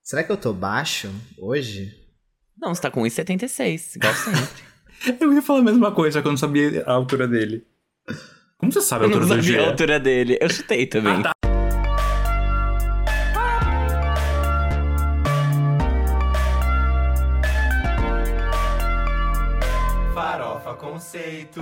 Será que eu tô baixo hoje? Não, você tá com 1,76, igual sempre. Eu ia falar a mesma coisa, só que eu não sabia a altura dele. Como você sabe a Eu altura não do sabia Gia? a altura dele. Eu chutei também. Ah, tá. Farofa Conceito.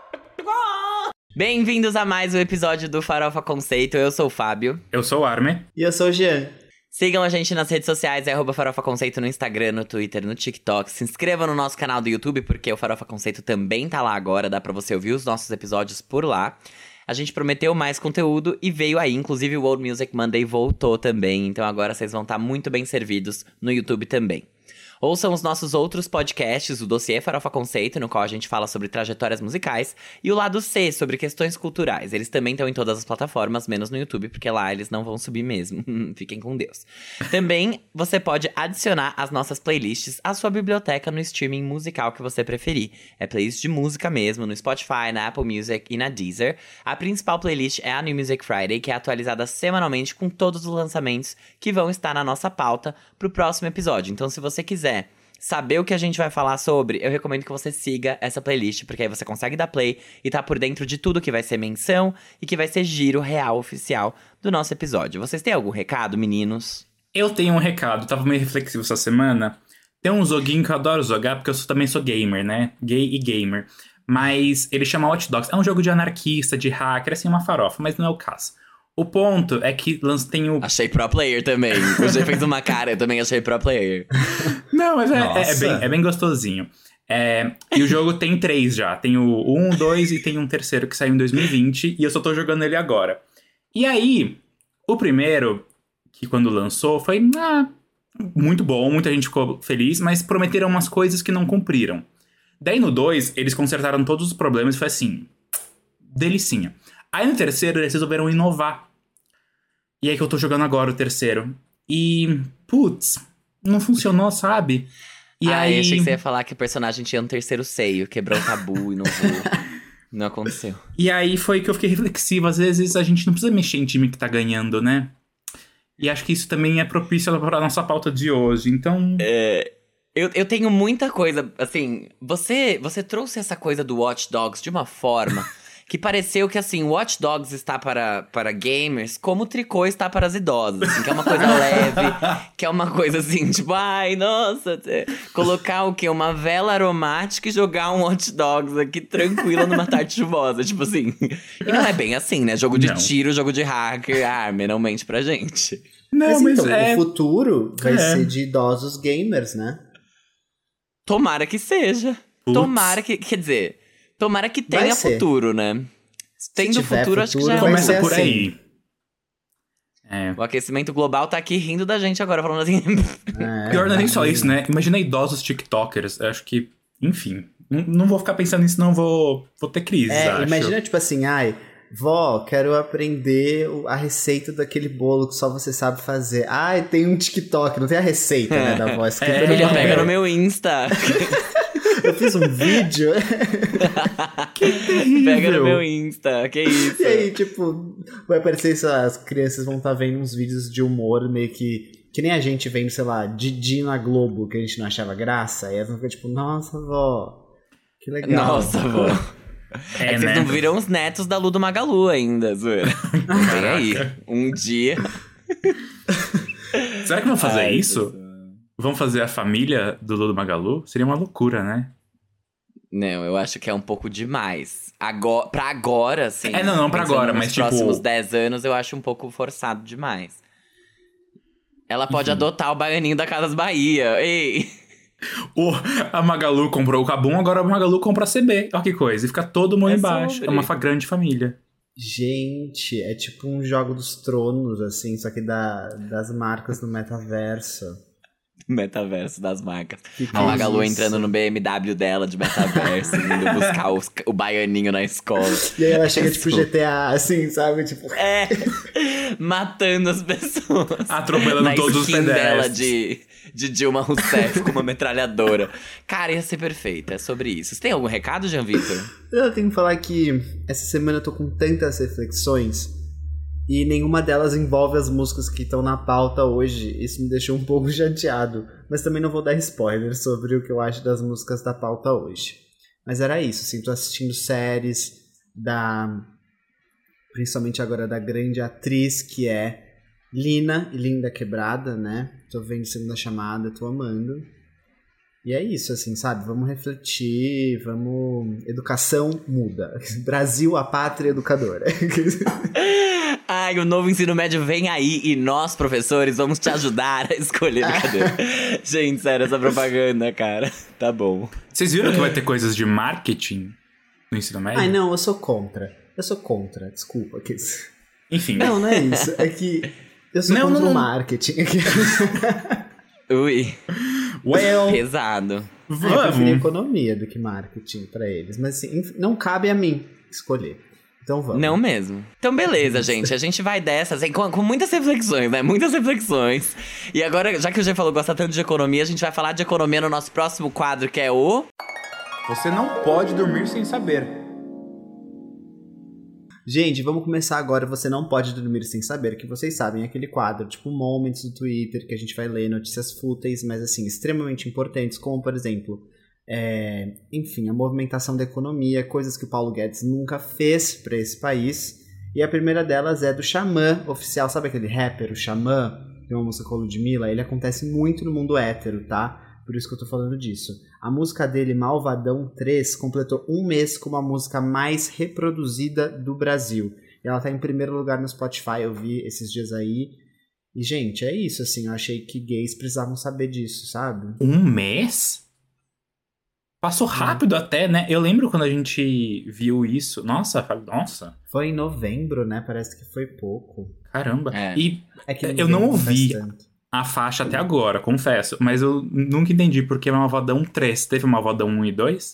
Bem-vindos a mais um episódio do Farofa Conceito. Eu sou o Fábio. Eu sou o Armin. E eu sou o Jean. Sigam a gente nas redes sociais, @Farofa Conceito no Instagram, no Twitter, no TikTok. Se inscreva no nosso canal do YouTube, porque o Farofa Conceito também tá lá agora. Dá pra você ouvir os nossos episódios por lá. A gente prometeu mais conteúdo e veio aí. Inclusive o World Music Monday voltou também. Então agora vocês vão estar muito bem servidos no YouTube também. Ouçam os nossos outros podcasts, o Dossiê Farofa Conceito, no qual a gente fala sobre trajetórias musicais, e o Lado C, sobre questões culturais. Eles também estão em todas as plataformas, menos no YouTube, porque lá eles não vão subir mesmo. Fiquem com Deus. Também você pode adicionar as nossas playlists à sua biblioteca no streaming musical que você preferir. É playlist de música mesmo, no Spotify, na Apple Music e na Deezer. A principal playlist é a New Music Friday, que é atualizada semanalmente com todos os lançamentos que vão estar na nossa pauta pro próximo episódio. Então, se você quiser saber o que a gente vai falar sobre, eu recomendo que você siga essa playlist, porque aí você consegue dar play e tá por dentro de tudo que vai ser menção e que vai ser giro real oficial do nosso episódio. Vocês têm algum recado, meninos? Eu tenho um recado, tava meio reflexivo essa semana. Tem um joguinho que eu adoro jogar, porque eu também sou gamer, né? Gay e gamer. Mas ele chama Watch Dogs. É um jogo de anarquista, de hacker, assim, uma farofa, mas não é o caso. O ponto é que tem o... Achei pro player também. Você fez uma cara, eu também achei pro player. Não, mas é bem gostosinho. E o jogo tem 3 já. Tem o 1, 2 e tem um terceiro que saiu em 2020. E eu só tô jogando ele agora. E aí, o primeiro, que quando lançou, foi muito bom. Muita gente ficou feliz, mas prometeram umas coisas que não cumpriram. Daí no 2, eles consertaram todos os problemas e foi assim, delicinha. Aí no terceiro, eles resolveram inovar. E é que eu tô jogando agora o terceiro. E, putz, não funcionou, sabe? E aí... achei que você ia falar que o personagem tinha um terceiro seio, quebrou o tabu e não voou. Não aconteceu. E aí foi que eu fiquei reflexivo. Às vezes a gente não precisa mexer em time que tá ganhando, né? E acho que isso também é propício pra nossa pauta de hoje, então... Eu tenho muita coisa, assim... Você trouxe essa coisa do Watch Dogs de uma forma... que pareceu que, assim, Watch Dogs está para gamers como o tricô está para as idosas, assim, que é uma coisa leve, que é uma coisa, assim, tipo, ai, nossa, colocar o quê? Uma vela aromática e jogar um Watch Dogs aqui tranquilo numa tarde chuvosa, tipo assim. E não é bem assim, né? Jogo de tiro, jogo de hacker, arma, não mente pra gente. Não, mas então, o futuro vai ser de idosos gamers, né? Tomara que seja. Putz. Tomara que, quer dizer... Tomara que tenha futuro, né? Tendo futuro, acho que já começa por aí. O aquecimento global tá aqui rindo da gente agora, falando assim... Pior não é nem só isso, né? Imagina idosos tiktokers. Eu acho que, enfim... Não vou ficar pensando nisso, não vou ter crise, acho. Imagina, tipo assim, vó, quero aprender a receita daquele bolo que só você sabe fazer. Tem um TikTok, não tem a receita, né, da voz. Filha, pega no meu Insta... Eu fiz um vídeo. Que terrível. Pega no meu Insta, que isso. E aí, tipo, vai aparecer isso, as crianças vão estar vendo uns vídeos de humor meio que nem a gente vendo, sei lá, Didi na Globo, que a gente não achava graça. Aí elas vão ficar tipo, nossa, vó, que legal. Nossa, vó. Né? Vocês não viram os netos da Lu do Magalu ainda, zoeira. Vem aí, um dia. Será que vão fazer isso? Vão fazer a família do Lulu Magalu? Seria uma loucura, né? Não, eu acho que é um pouco demais. Pra agora, assim. Não pra agora, mas tipo... Nos próximos 10 anos, eu acho um pouco forçado demais. Ela pode adotar o baianinho da Casas Bahia. Ei! A Magalu comprou o Kabum, agora a Magalu compra a CB. Olha que coisa. E fica todo mundo embaixo. Sobre. É uma grande família. Gente, é tipo um Jogo dos Tronos, assim, só que das marcas no metaverso. Metaverso das marcas. A Magalu entrando no BMW dela de metaverso, indo buscar o baianinho na escola. E aí ela chega tipo GTA, assim, sabe? Tipo... matando as pessoas. Atropelando todos os pedestres. Dela de Dilma Rousseff com uma metralhadora. Cara, ia ser perfeita, é sobre isso. Você tem algum recado, Jean Vitor? Eu tenho que falar que essa semana eu tô com tantas reflexões. E nenhuma delas envolve as músicas que estão na pauta hoje. Isso me deixou um pouco chateado. Mas também não vou dar spoiler sobre o que eu acho das músicas da pauta hoje. Mas era isso, assim, tô assistindo séries principalmente agora da grande atriz que é Lina e Linda Quebrada, né? Tô vendo Segunda Chamada, tô amando. E é isso, assim, sabe? Vamos refletir, vamos... Educação muda. Brasil, a pátria educadora. Ai, o novo ensino médio vem aí e nós, professores, vamos te ajudar a escolher educador. Gente, sério, essa propaganda, cara. Tá bom. Vocês viram que vai ter coisas de marketing no ensino médio? Ai, não, eu sou contra, desculpa. Enfim. Não é isso. É que eu sou contra o marketing. Ui. Well, pesado. Eu prefiro economia do que marketing pra eles. Mas assim, não cabe a mim escolher. Então vamos. Não mesmo. Então beleza, gente. A gente vai dessas, hein, com muitas reflexões, né? Muitas reflexões. E agora, já que o G falou que gosta tanto de economia, a gente vai falar de economia no nosso próximo quadro, que é o... Você não pode dormir sem saber. Gente, vamos começar agora. Você não pode dormir sem saber, que vocês sabem, aquele quadro, tipo Moments do Twitter, que a gente vai ler notícias fúteis, mas assim, extremamente importantes, como por exemplo, enfim, a movimentação da economia, coisas que o Paulo Guedes nunca fez para esse país. E a primeira delas é do Xamã oficial, sabe aquele rapper, o Xamã, tem uma música com a Ludmilla? Ele acontece muito no mundo hétero, tá? Por isso que eu tô falando disso. A música dele, Malvadão 3, completou um mês como a música mais reproduzida do Brasil. E ela tá em primeiro lugar no Spotify, eu vi esses dias aí. E, gente, é isso, assim, eu achei que gays precisavam saber disso, sabe? Um mês? Passou rápido até, né? Eu lembro quando a gente viu isso. Nossa. Foi em novembro, né? Parece que foi pouco. Caramba. É. E que eu não ouvi a faixa até agora, confesso. Mas eu nunca entendi porque é Malvadão 3. Teve Malvadão 1 e 2?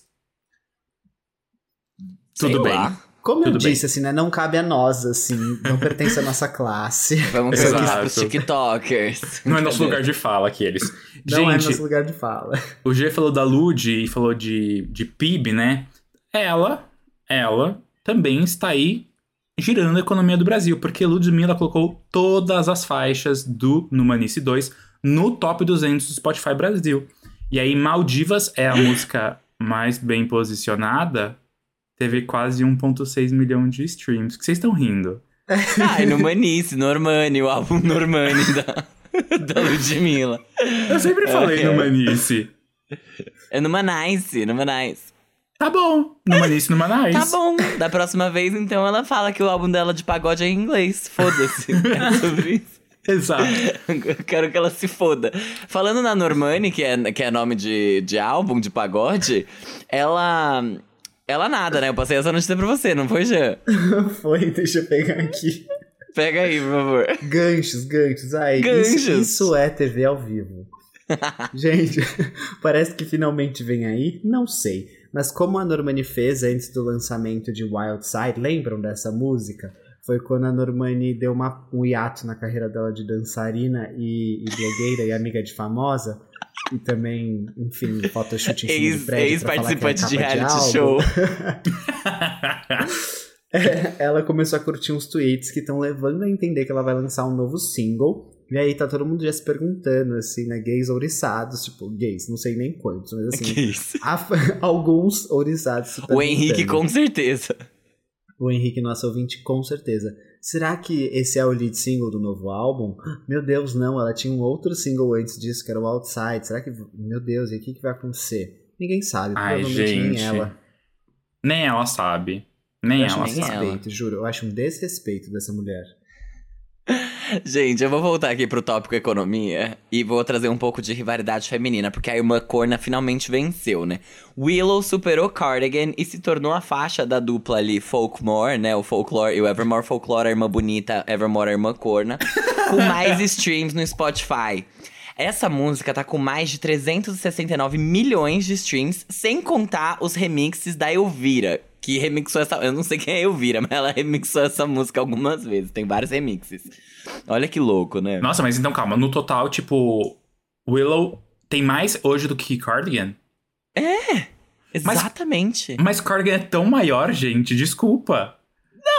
Tudo bem. Como eu Tudo disse, assim, né? Não cabe a nós, assim. Não pertence à nossa classe. Vamos perguntar pros tiktokers. Não é nosso lugar de fala, aqueles. Não Gente, é nosso lugar de fala. O G falou da Lud e falou de PIB, né? Ela também está aí girando a economia do Brasil, porque Ludmilla colocou todas as faixas do Numanice 2 no top 200 do Spotify Brasil. E aí Maldivas é a música mais bem posicionada, teve quase 1,6 milhão de streams. O que vocês estão rindo? Ai, Numanice, Normani, o álbum Normani da Ludmilla. Eu sempre falei Numanice. É Numanice. Tá bom, Numanice. Tá bom. Da próxima vez, então, ela fala que o álbum dela de pagode é em inglês. Foda-se. É sobre isso. Exato. Eu quero que ela se foda. Falando na Normani, que é nome de álbum, de pagode, ela nada, né? Eu passei essa notícia pra você, não foi, Jean? Foi, deixa eu pegar aqui. Pega aí, por favor. Ganchos. Ai, Ganchos. Isso é TV ao vivo. Gente, parece que finalmente vem aí, não sei. Mas como a Normani fez antes do lançamento de Wild Side, lembram dessa música? Foi quando a Normani deu um hiato na carreira dela de dançarina e blogueira e amiga de famosa. E também, enfim, photoshoot em cima de prédio. Ex-participante de reality álbum. show. Ela começou a curtir uns tweets que estão levando a entender que ela vai lançar um novo single. E aí tá todo mundo já se perguntando, assim, né? Gays ouriçados, tipo, gays, não sei nem quantos, mas assim, alguns ouriçados se perguntando. O Henrique, com certeza. O Henrique, nosso ouvinte, com certeza. Será que esse é o lead single do novo álbum? Meu Deus, não, ela tinha um outro single antes disso, que era o Outside. Será que, meu Deus, e o que vai acontecer? Ninguém sabe, provavelmente nem ela. Nem ela sabe. Nem ela sabe. Desrespeito, juro, eu acho um desrespeito dessa mulher. Gente, eu vou voltar aqui pro tópico economia e vou trazer um pouco de rivalidade feminina, porque a irmã Corna finalmente venceu, né? Willow superou Cardigan e se tornou a faixa da dupla ali, Folkmore, né? O Folklore e o Evermore. Folklore, a irmã bonita, Evermore, a irmã Corna, com mais streams no Spotify. Essa música tá com mais de 369 milhões de streams, sem contar os remixes da Elvira, que remixou essa... Eu não sei quem é Elvira, mas ela remixou essa música algumas vezes. Tem vários remixes. Olha que louco, né? Nossa, mas então calma. No total, tipo... Willow tem mais hoje do que Cardigan? É! Exatamente. Mas Cardigan é tão maior, gente. Desculpa.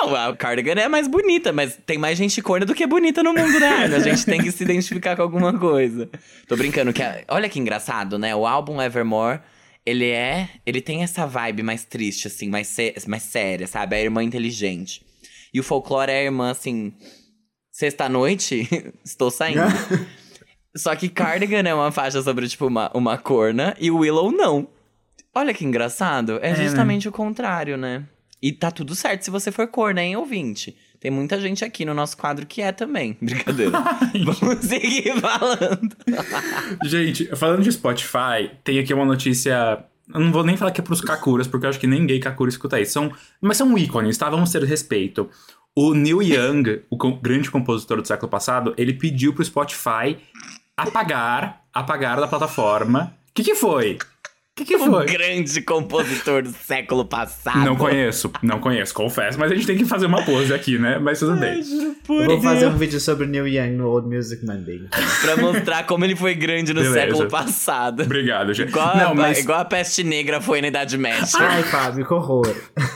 Não, a Cardigan é mais bonita, mas tem mais gente corna do que bonita no mundo, né? A gente tem que se identificar com alguma coisa. Tô brincando, olha que engraçado, né? O álbum Evermore, ele tem essa vibe mais triste, assim, mais séria, sabe? A irmã inteligente. E o Folklore é a irmã, assim, sexta-noite, estou saindo. Só que Cardigan é uma faixa sobre, tipo, uma corna e o Willow não. Olha que engraçado. É justamente o contrário, né? E tá tudo certo se você for corna, hein, ouvinte? Tem muita gente aqui no nosso quadro que é também. Brincadeira. Vamos seguir falando. Gente, falando de Spotify, tem aqui uma notícia... Eu não vou nem falar que é pros Kakuras, porque eu acho que nem gay Kakura escuta isso. Mas são ícones, tá? Vamos ter respeito. O Neil Young, o grande compositor do século passado, ele pediu pro Spotify apagar da plataforma. O que foi? O que foi? Um grande compositor do século passado. Não conheço, confesso. Mas a gente tem que fazer uma pose aqui, né? Mas tudo bem. Vou fazer um vídeo sobre Neil Young no Old Music Monday. Pra mostrar como ele foi grande no século passado. Obrigado, gente. Igual a peste negra foi na Idade Média. Ai, Fábio, que horror.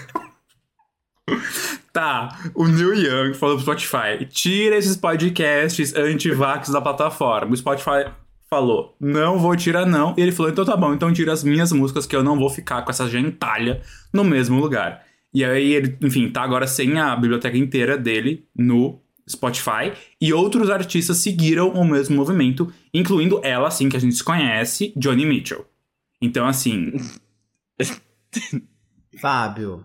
Tá, o Neil Young falou pro Spotify: tira esses podcasts anti-vax da plataforma. O Spotify falou: não vou tirar não. E ele falou: então tá bom, então tira as minhas músicas que eu não vou ficar com essa gentalha no mesmo lugar. E aí ele, enfim, tá agora sem a biblioteca inteira dele no Spotify. E outros artistas seguiram o mesmo movimento, incluindo ela, assim, que a gente conhece, Joni Mitchell. Então, assim... Fábio.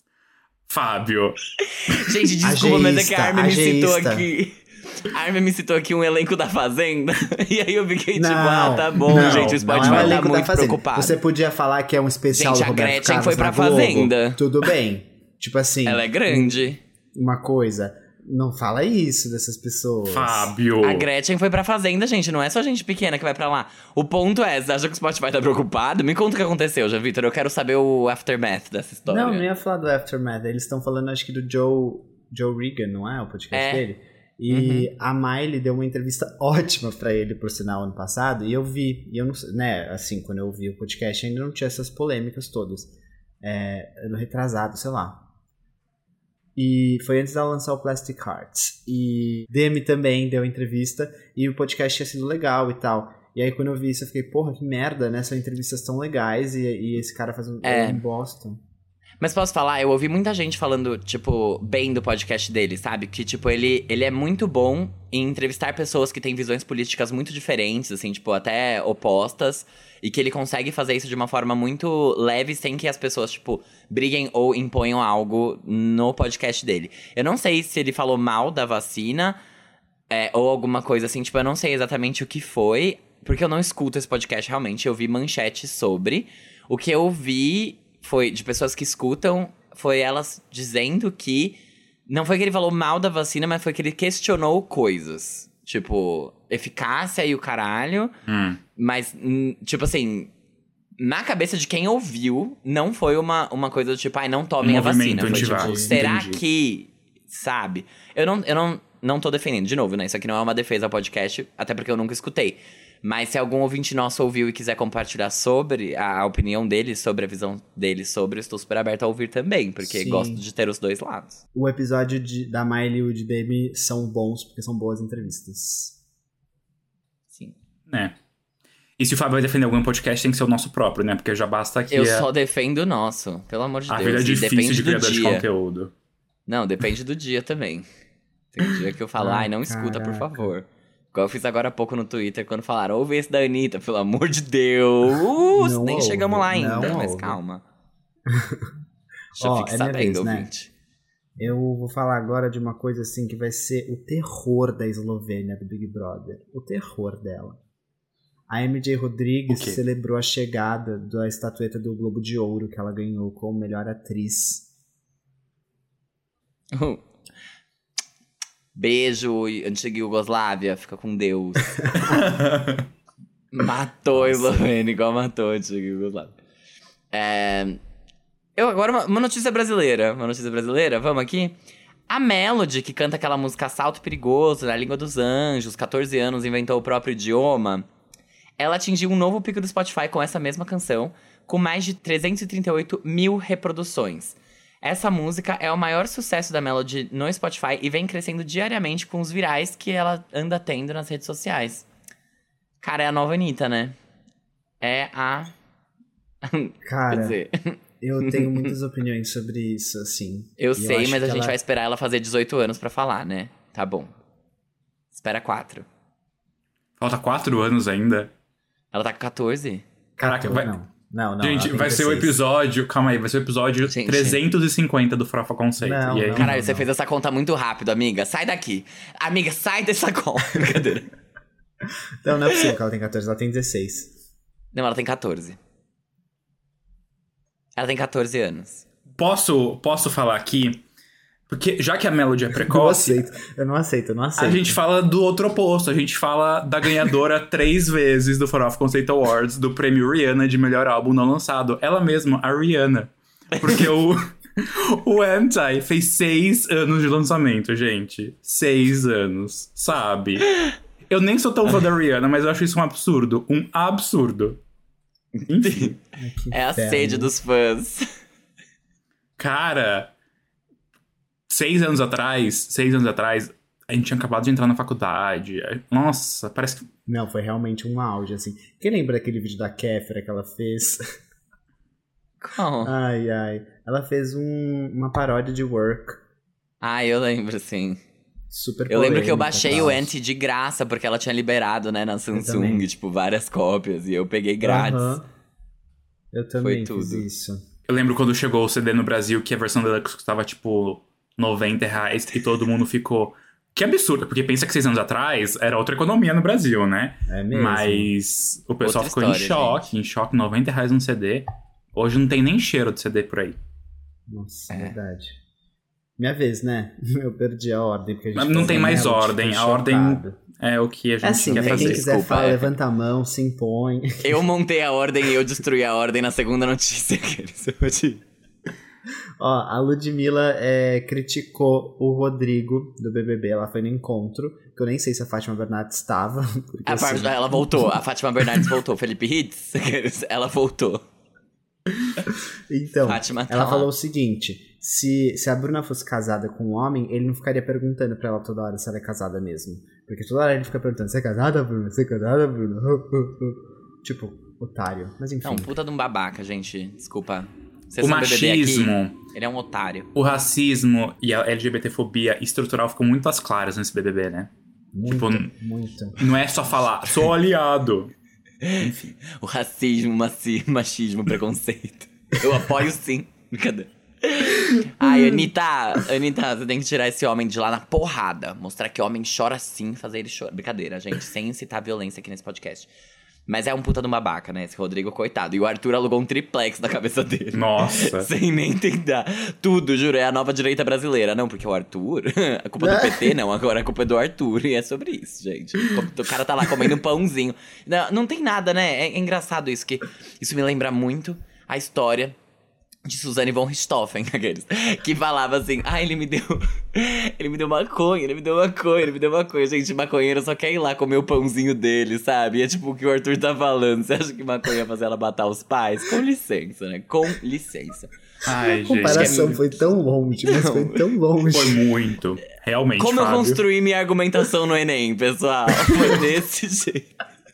Gente, desculpa, mas é que a Armin me citou aqui. A Armin me citou aqui um elenco da Fazenda. E aí eu fiquei tipo, tá bom, gente, o Spotify tá muito preocupado. Você podia falar que é um especial do Roberto Gretchen Carlos foi pra Globo. Fazenda. Tudo bem. Tipo assim... Ela é grande. Uma coisa... Não fala isso dessas pessoas. Fábio. A Gretchen foi pra Fazenda, gente. Não é só gente pequena que vai pra lá. O ponto é, você acha que o Spotify tá preocupado? Me conta o que aconteceu, já, Vitor. Eu quero saber o aftermath dessa história. Não ia falar do aftermath. Eles estão falando, acho que do Joe Regan, não é? O podcast dele. E a Miley deu uma entrevista ótima pra ele, por sinal, ano passado. E eu vi. E eu não sei, né? Assim, quando eu vi o podcast, ainda não tinha essas polêmicas todas. Ano retrasado, sei lá. E foi antes dela lançar o Plastic Hearts. E Demi também deu entrevista. E o podcast tinha sido legal e tal. E aí quando eu vi isso eu fiquei, porra, que merda, né? São entrevistas tão legais e esse cara faz um Boston. Mas posso falar, eu ouvi muita gente falando, tipo, bem do podcast dele, sabe? Que, tipo, ele é muito bom em entrevistar pessoas que têm visões políticas muito diferentes, assim, tipo, até opostas. E que ele consegue fazer isso de uma forma muito leve, sem que as pessoas, tipo, briguem ou imponham algo no podcast dele. Eu não sei se ele falou mal da vacina, ou alguma coisa assim, tipo, eu não sei exatamente o que foi, porque eu não escuto esse podcast realmente, eu vi manchetes sobre. O que eu vi foi, de pessoas que escutam, foi elas dizendo que não foi que ele falou mal da vacina, mas foi que ele questionou coisas. Tipo, eficácia e o caralho. Mas, tipo assim, na cabeça de quem ouviu, não foi uma coisa do tipo, não tomem a vacina. Foi tipo, será que, sabe? Eu não tô defendendo, de novo, né? Isso aqui não é uma defesa ao podcast, até porque eu nunca escutei. Mas se algum ouvinte nosso ouviu e quiser compartilhar sobre a opinião dele, sobre a visão dele sobre, eu estou super aberto a ouvir também, porque gosto de ter os dois lados. O episódio da Miley e o de Demi são bons, porque são boas entrevistas. Sim. E se o Fábio vai defender algum podcast, tem que ser o nosso próprio, né? Porque já basta que... Eu só defendo o nosso, pelo amor de Deus. A vida é difícil de criador de conteúdo. Não, depende do dia também. Tem um dia que eu falo, não escuta, por favor. Igual eu fiz agora há pouco no Twitter, quando falaram, ouve esse da Anitta, pelo amor de Deus! Nem chegamos lá ainda, mas calma. Já fique sabendo, ouvinte. Eu vou falar agora de uma coisa assim que vai ser o terror da Eslovênia, do Big Brother. O terror dela. A MJ Rodrigues celebrou a chegada da estatueta do Globo de Ouro que ela ganhou como melhor atriz. Beijo, antiga Iugoslávia, fica com Deus. Matou a Eslovênia, igual matou a antiga Iugoslávia. Agora uma notícia brasileira. Vamos aqui? A Melody, que canta aquela música Salto Perigoso, na Língua dos Anjos, 14 anos, inventou o próprio idioma. Ela atingiu um novo pico do Spotify com essa mesma canção, com mais de 338 mil reproduções. Essa música é o maior sucesso da Melody no Spotify e vem crescendo diariamente com os virais que ela anda tendo nas redes sociais. Cara, é a nova Anitta, né? É a... Cara, Quer dizer, eu tenho muitas opiniões sobre isso, assim. eu E sei, acho mas a que gente ela- vai esperar ela fazer 18 anos pra falar, né? Tá bom. Espera 4. Falta 4 anos ainda. Ela tá com 14? Caraca, vai... Não, Gente, ela tem vai ser o 16. episódio... Calma aí, vai ser o episódio Gente. 350 do Farofa Conceito. Não, e aí... não. Caralho, você fez essa conta muito rápido, amiga. Sai daqui. Amiga, sai dessa conta. Brincadeira. Não é possível que ela tem 14, ela tem 16. Não, ela tem 14. Ela tem 14 anos. Posso falar aqui? Porque já que a Melody é Eu não precoce... aceito, eu não aceito. A gente fala do outro oposto. A gente fala da ganhadora 3 vezes do Farofa Conceito Awards, do prêmio Rihanna de melhor álbum não lançado. Ela mesma, a Rihanna. Porque o Anti fez 6 anos de lançamento, gente. 6 anos, sabe? Eu nem sou tão fã da Rihanna, mas eu acho isso um absurdo. Um absurdo. Enfim. É a inferno. sede dos fãs. Cara, 6 anos atrás, a gente tinha acabado de entrar na faculdade. Nossa, parece que... Não, foi realmente um auge, assim. Quem lembra daquele vídeo da Kéfera que ela fez? Qual? Ai. Ela fez uma paródia de Work. Ah, eu lembro, sim. Super Eu lembro que eu polêmica, baixei tal. o Anti de graça, porque ela tinha liberado, né, na também. Samsung, tipo, várias cópias. E eu peguei grátis. Aham. Eu também Foi fiz tudo. isso. Eu lembro quando chegou o CD no Brasil, que a versão deluxe custava, tipo, R$90, e todo mundo ficou... Que absurdo, porque pensa que 6 anos atrás era outra economia no Brasil, né? É mesmo. Mas o pessoal Outra ficou história, em choque, R$90 um CD. Hoje não tem nem cheiro de CD por aí. Nossa, verdade. Minha vez, né? Eu perdi a ordem. Porque a gente Mas não fez tem a mais Melody, ordem, foi a ordem chocado. É o que a gente É assim, quer né? fazer. Quem quiser Desculpa, falar, é. levanta a mão, se impõe. Eu montei a ordem e eu destruí a ordem na segunda notícia. Ó, a Ludmilla criticou o Rodrigo do BBB. Ela foi no encontro, que eu nem sei se a Fátima Bernardes estava. Porque, A parte, assim, ela voltou, a Fátima Bernardes voltou. Felipe Hitz, ela voltou. Então, Fátima tá ela lá. falou o seguinte: se a Bruna fosse casada com um homem, ele não ficaria perguntando pra ela toda hora se ela é casada mesmo. Porque toda hora ele fica perguntando: você é casada, Bruna? Você é casada, Bruna? Tipo, otário. Mas enfim. É um puta de um babaca, gente. Desculpa. Vocês O são BBB aqui, machismo, ele é um otário. o racismo e a LGBTfobia estrutural ficam muito às claras nesse BBB, né? Muito, tipo, muito. Não é só falar, sou aliado. Enfim. O racismo, machismo, preconceito. Eu apoio sim. Brincadeira. Ai, Anitta, você tem que tirar esse homem de lá na porrada. Mostrar que homem chora sim, fazer ele chorar. Brincadeira, gente, sem incitar violência aqui nesse podcast. Mas é um puta de um babaca, né? Esse Rodrigo, coitado. E o Arthur alugou um triplex na cabeça dele. Nossa. Sem nem tentar. Tudo, juro, é a nova direita brasileira. Não, porque o Arthur... A culpa do PT, não. Agora a culpa é do Arthur. E é sobre isso, gente. O cara tá lá comendo um pãozinho. Não tem nada, né? É engraçado isso, que isso me lembra muito a história de Suzane von Richthofen, aqueles, que falava assim, ele me deu maconha, gente, maconheiro só quer ir lá comer o pãozinho dele, sabe, e é tipo o que o Arthur tá falando, você acha que maconha ia fazer ela matar os pais? Com licença, né, com licença. Ai, A comparação gente. foi tão longe, mas foi tão longe. Foi muito. Realmente, Como Fábio. eu construí minha argumentação no Enem, pessoal, foi desse jeito.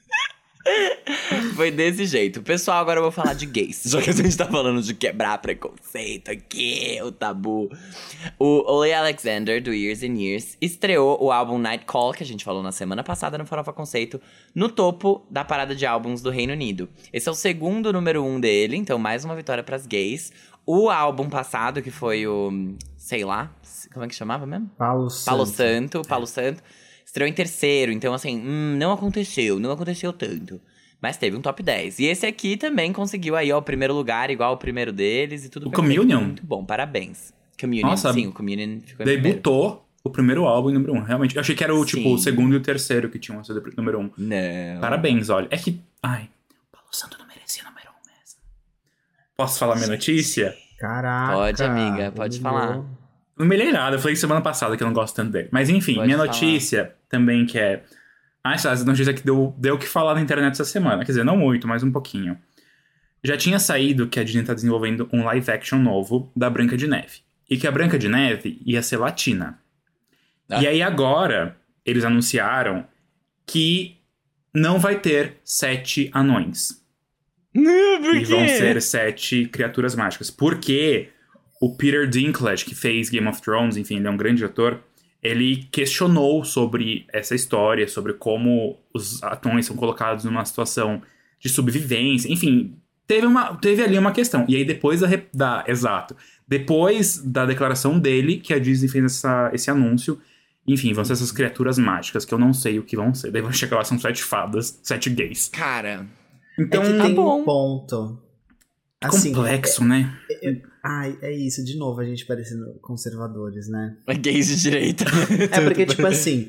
Foi desse jeito. Pessoal, agora eu vou falar de gays. Já que a gente tá falando de quebrar preconceito aqui, o tabu. O Ole Alexander, do Years and Years, estreou o álbum Night Call, que a gente falou na semana passada no Farofa Conceito, no topo da parada de álbuns do Reino Unido. Esse é o segundo número 1 dele, então mais uma vitória pras gays. O álbum passado, que foi o... sei lá, como é que chamava mesmo? Palo Santo. Estreou em terceiro, então assim, não aconteceu tanto. Mas teve um top 10. E esse aqui também conseguiu aí, ó, o primeiro lugar, igual ao primeiro deles e tudo O perfeito. Communion? Muito bom, parabéns. Communion, Nossa, sim, o Communion ficou em primeiro. Debutou o primeiro álbum em número 1, realmente. Eu achei que era o, tipo, Sim. o segundo e o terceiro que tinham esse número 1. Não. Parabéns, olha. É que... Ai, o Paulo Santo não merecia número 1 mesmo. Posso falar minha notícia? Caraca. Pode, amiga, pode falar. Não melhorei nada, eu falei semana passada que eu não gosto tanto dele. Mas enfim, Pode minha falar. notícia também que é... essa notícia que deu o que falar na internet essa semana. Quer dizer, não muito, mas um pouquinho. já tinha saído que a Disney tá desenvolvendo um live action novo da Branca de Neve. E que a Branca de Neve ia ser latina. E aí agora, eles anunciaram que não vai ter 7 anões. Por E vão ser 7 criaturas mágicas. Porque o Peter Dinklage, que fez Game of Thrones, enfim, ele é um grande ator, ele questionou sobre essa história, sobre como os anões são colocados numa situação de sobrevivência, enfim, teve ali uma questão. E aí depois depois da declaração dele, que a Disney fez esse anúncio, enfim, vão ser essas criaturas mágicas, que eu não sei o que vão ser. Daí vão chegar lá, são 7 fadas, 7 gays. Cara... Então, é que tem bom. um ponto. Assim, complexo, né? Ai, é isso, de novo, a gente parecendo conservadores, né? Gays de direita. É porque, tipo assim,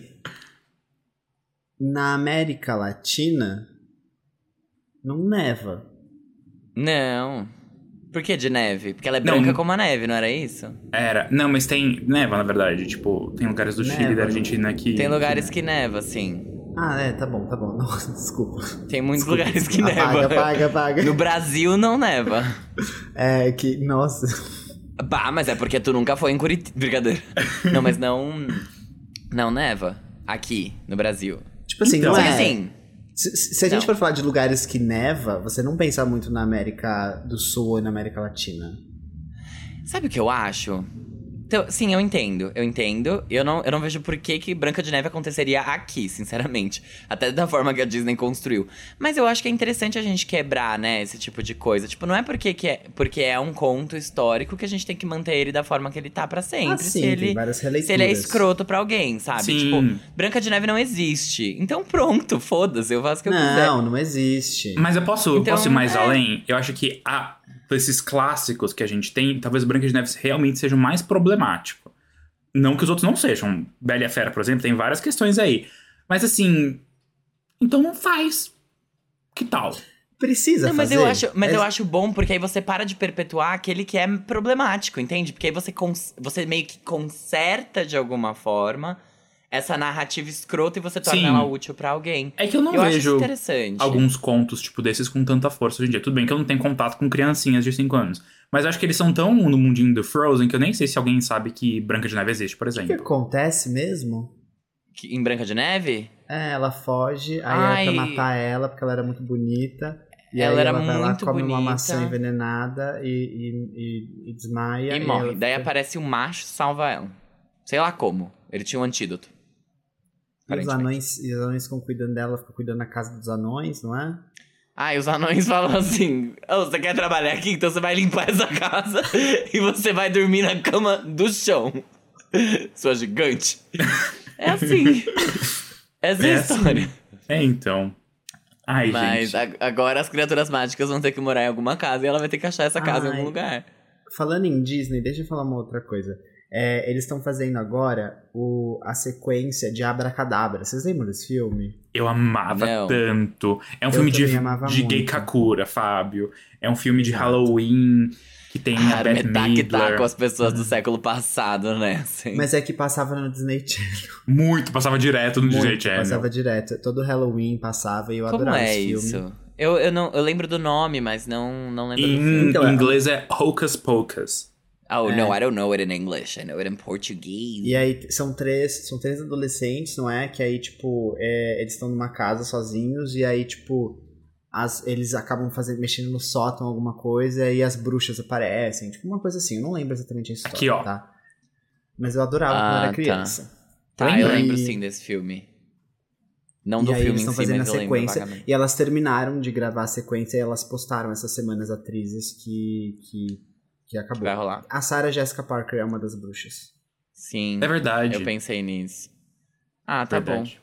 na América Latina, não neva. Não. Por que de neve? Porque ela é branca como a neve, não era isso? Era. Não, mas tem neva, na verdade. Tipo, tem lugares do Chile e da Argentina que... Tem lugares que neva, sim. Ah, tá bom. Nossa, desculpa. Tem muitos lugares que neva. Apaga. No Brasil não neva. É que, nossa. Bah, mas é porque tu nunca foi em Curitiba. Brincadeira. Não, mas não neva aqui no Brasil. Tipo assim, então, não Só que é... assim... Se a gente for falar de lugares que neva, você não pensa muito na América do Sul ou na América Latina. Sabe o que eu acho? Então, sim, eu entendo. Eu não vejo por que Branca de Neve aconteceria aqui, sinceramente. Até da forma que a Disney construiu. Mas eu acho que é interessante a gente quebrar, né, esse tipo de coisa. Tipo, não é porque é um conto histórico que a gente tem que manter ele da forma que ele tá pra sempre. Sim, tem várias releituras. Se ele é escroto pra alguém, sabe? Sim. Tipo, Branca de Neve não existe. Então pronto, foda-se, eu faço o que eu quiser. Não existe. Mas eu posso ir mais é. além? Eu acho que esses clássicos que a gente tem, talvez Branca de Neve realmente seja o mais problemático. Não que os outros não sejam. Bela e a Fera, por exemplo, tem várias questões aí. Mas assim, então não faz. Que tal? Precisa Não, mas fazer. eu acho bom, porque aí você para de perpetuar aquele que é problemático, entende? Porque aí você meio que conserta de alguma forma essa narrativa escrota e você torna Sim. ela útil pra alguém. É que eu não acho isso vejo interessante. alguns contos tipo desses com tanta força hoje em dia. Tudo bem que eu não tenho contato com criancinhas de 5 anos. Mas eu acho que eles são tão no mundinho do Frozen que eu nem sei se alguém sabe que Branca de Neve existe, por O exemplo. que acontece mesmo? Em Branca de Neve? Ela foge, aí é pra matar ela, porque ela era muito bonita. E Ela aí era ela vai lá, muito come uma bonita. maçã envenenada e desmaia. E morre. ela Daí fica- aparece um macho e salva ela. Sei lá como. Ele tinha um antídoto. E os aparentemente. anões ficam cuidando dela, ficam cuidando da casa dos anões, não é? Ah, e os anões falam assim: você quer trabalhar aqui? Então você vai limpar essa casa e você vai dormir na cama do chão. Sua gigante. É assim. Essa é a história. Então. Ai, Mas gente. agora as criaturas mágicas vão ter que morar em alguma casa e ela vai ter que achar essa casa em Ai. algum lugar. Falando em Disney, deixa eu falar uma outra coisa. Eles estão fazendo agora a sequência de Abracadabra. Vocês lembram desse filme? Eu amava Não. tanto. É um filme também amava de gay muito. Kakura, Fábio. É um filme de Exato. Halloween que tem a Beth que tá Midler. com as pessoas do século passado, né? Assim. Mas é que passava no Disney Channel. Muito, passava direto no Disney Muito, Channel. passava direto. Todo Halloween passava e eu Como adorava é esse filme. isso? Eu lembro do nome, mas não lembro do filme. Em Então, inglês é Hocus Pocus. Oh, no, I don't know it in English. I know it in Portuguese. E aí são três adolescentes, não é? Que aí, tipo, eles estão numa casa sozinhos e aí, tipo, eles acabam mexendo no sótão alguma coisa e aí as bruxas aparecem. Tipo, uma coisa assim. Eu não lembro exatamente a história, Aqui, ó. tá? Mas eu adorava quando era criança. Tá, eu Lembra? lembro sim desse filme. Não E do aí filme eles em estão si, fazendo a mas eu lembro sequência. vagamente. E elas terminaram de gravar a sequência e elas postaram essa semana as atrizes que acabou. Vai rolar. A Sarah Jessica Parker é uma das bruxas. Sim, É verdade. eu pensei nisso. Ah, tá Verdade.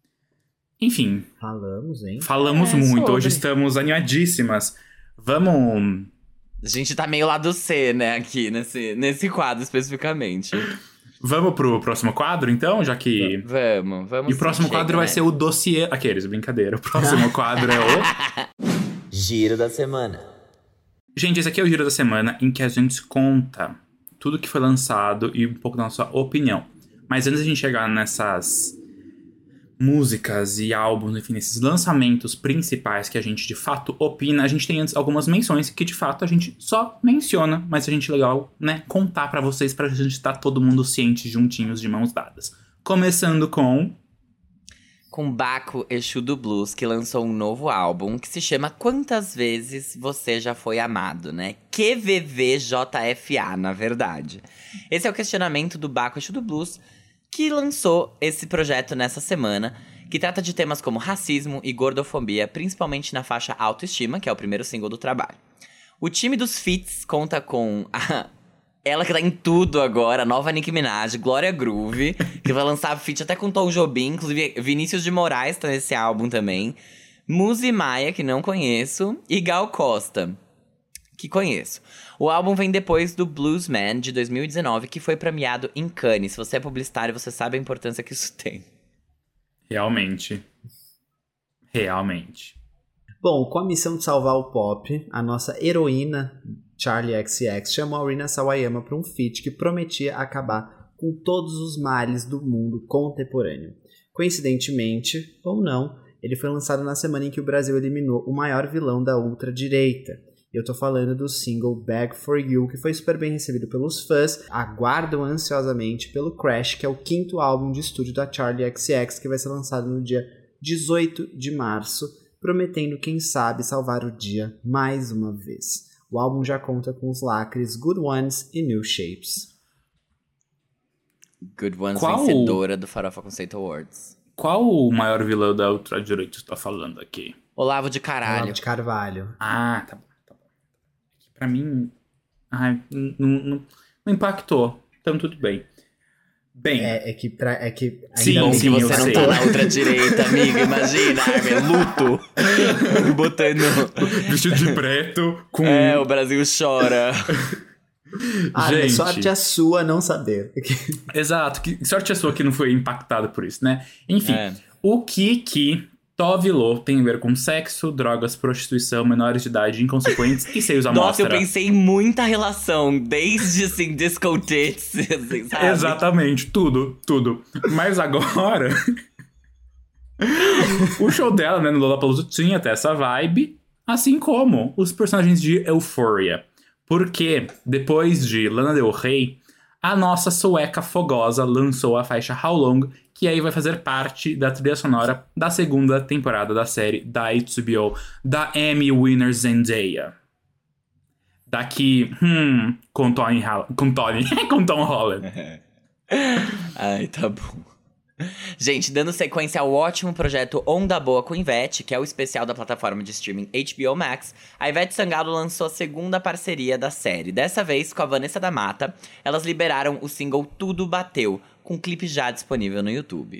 Enfim, Falamos, hein? falamos É, muito. sobre. Hoje estamos animadíssimas. Vamos... bom. A gente tá meio lado C, né, aqui, nesse quadro especificamente. Vamos pro próximo quadro, então? Já que... Vamos. E o próximo sim, quadro chega, vai né? ser o dossiê... Aqueles, brincadeira. O próximo quadro é o... Giro da semana. Gente, esse aqui é o Giro da Semana, em que a gente conta tudo que foi lançado e um pouco da nossa opinião. Mas antes de a gente chegar músicas e álbuns, enfim, esses lançamentos principais que a gente de fato opina, a gente tem antes algumas menções que de fato a gente só menciona, mas a gente legal, né, contar pra vocês, pra gente estar todo mundo ciente, juntinhos, de mãos dadas. Começando com Baco Exu do Blues, que lançou um novo álbum que se chama Quantas Vezes Você Já Foi Amado, né? QVVJFA, na verdade. Esse é o questionamento do Baco Exu do Blues, que lançou esse projeto nessa semana, que trata de temas como racismo e gordofobia, principalmente na faixa Autoestima, que é o primeiro single do trabalho. O time dos feats conta com ela que tá em tudo agora, a nova Nicki Minaj, Glória Groove, que vai lançar feat até com Tom Jobim, inclusive Vinícius de Moraes tá nesse álbum também. Muzi Maia, que não conheço, e Gal Costa, que conheço. O álbum vem depois do Bluesman, de 2019, que foi premiado em Cannes. Se você é publicitário, você sabe a importância que isso tem. Realmente. Bom, com a missão de salvar o pop, a nossa heroína Charli XCX chamou a Rina Sawayama para um feat que prometia acabar com todos os males do mundo contemporâneo. Coincidentemente, ou não, ele foi lançado na semana em que o Brasil eliminou o maior vilão da ultradireita. Eu tô falando do single Bag For You, que foi super bem recebido pelos fãs. Aguardam ansiosamente pelo Crash, que é o 5º álbum de estúdio da Charli XCX, que vai ser lançado no dia 18 de março, prometendo, quem sabe, salvar o dia mais uma vez. O álbum já conta com os lacres Good Ones e New Shapes. Good Ones, vencedora do Farofa Conceito Awards. Qual o maior vilão da ultradireita que você tá falando aqui? Olavo de Caralho. Olavo de Carvalho. Ah, tá bom. Pra mim, não impactou. Então tudo bem. Bem. É que sim, bom que você não sei. tá na ultradireita, amiga. Imagina, luto. Botando. Vestido de preto com. O Brasil chora. Gente, sorte é sua não saber. Exato, que sorte é sua que não foi impactado por isso, né? Enfim, o que Tove Lo tem a ver com sexo, drogas, prostituição, menores de idade, inconsequentes e seios à Nossa, mostra. eu pensei em muita relação, desde, assim, disco tits, assim, sabe? Exatamente, tudo. Mas agora, o show dela, né, no Lollapalooza tinha até essa vibe, assim como os personagens de Euphoria. Porque, depois de Lana Del Rey, a nossa sueca fogosa lançou a faixa How Long, que aí vai fazer parte da trilha sonora da 2ª temporada da série da HBO, da Emmy winner Zendaya. Daqui, com Tom Holland. Ai, tá bom. Gente, dando sequência ao ótimo projeto Onda Boa com Ivete, que é o especial da plataforma de streaming HBO Max, a Ivete Sangalo lançou a 2ª parceria da série. Dessa vez, com a Vanessa da Mata, elas liberaram o single Tudo Bateu, com clipe já disponível no YouTube.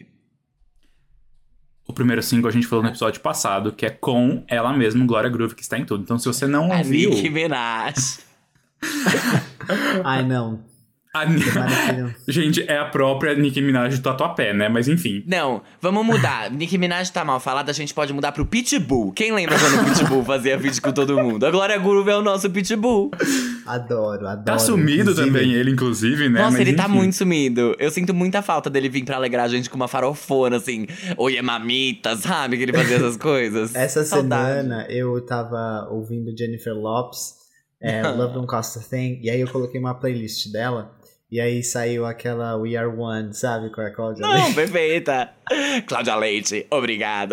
O primeiro single a gente falou no episódio passado, que é com ela mesma, Glória Groove, que está em tudo. Então se você não ouviu... Nicki Minaj. Ai, não. Gente, é a própria Nicki Minaj do Tatuapé, né? Mas enfim. Não, vamos mudar. Nicki Minaj tá mal falada, a gente pode mudar pro Pitbull. Quem lembra quando o Pitbull fazia vídeo com todo mundo? A Glória Groove é o nosso Pitbull. Adoro. Tá sumido também ele, inclusive, né? Nossa, mas ele enfim. tá muito sumido. Eu sinto muita falta dele vir pra alegrar a gente com uma farofona, assim. Oi, é mamita, sabe? Que ele fazia essas coisas. Essa Saudade. semana eu tava ouvindo Jennifer Lopez, Love Don't Cost a Thing, e aí eu coloquei uma playlist dela. E aí saiu aquela We Are One, sabe? Com a Cláudia Leite. Não, perfeita. Cláudia Leite, obrigado.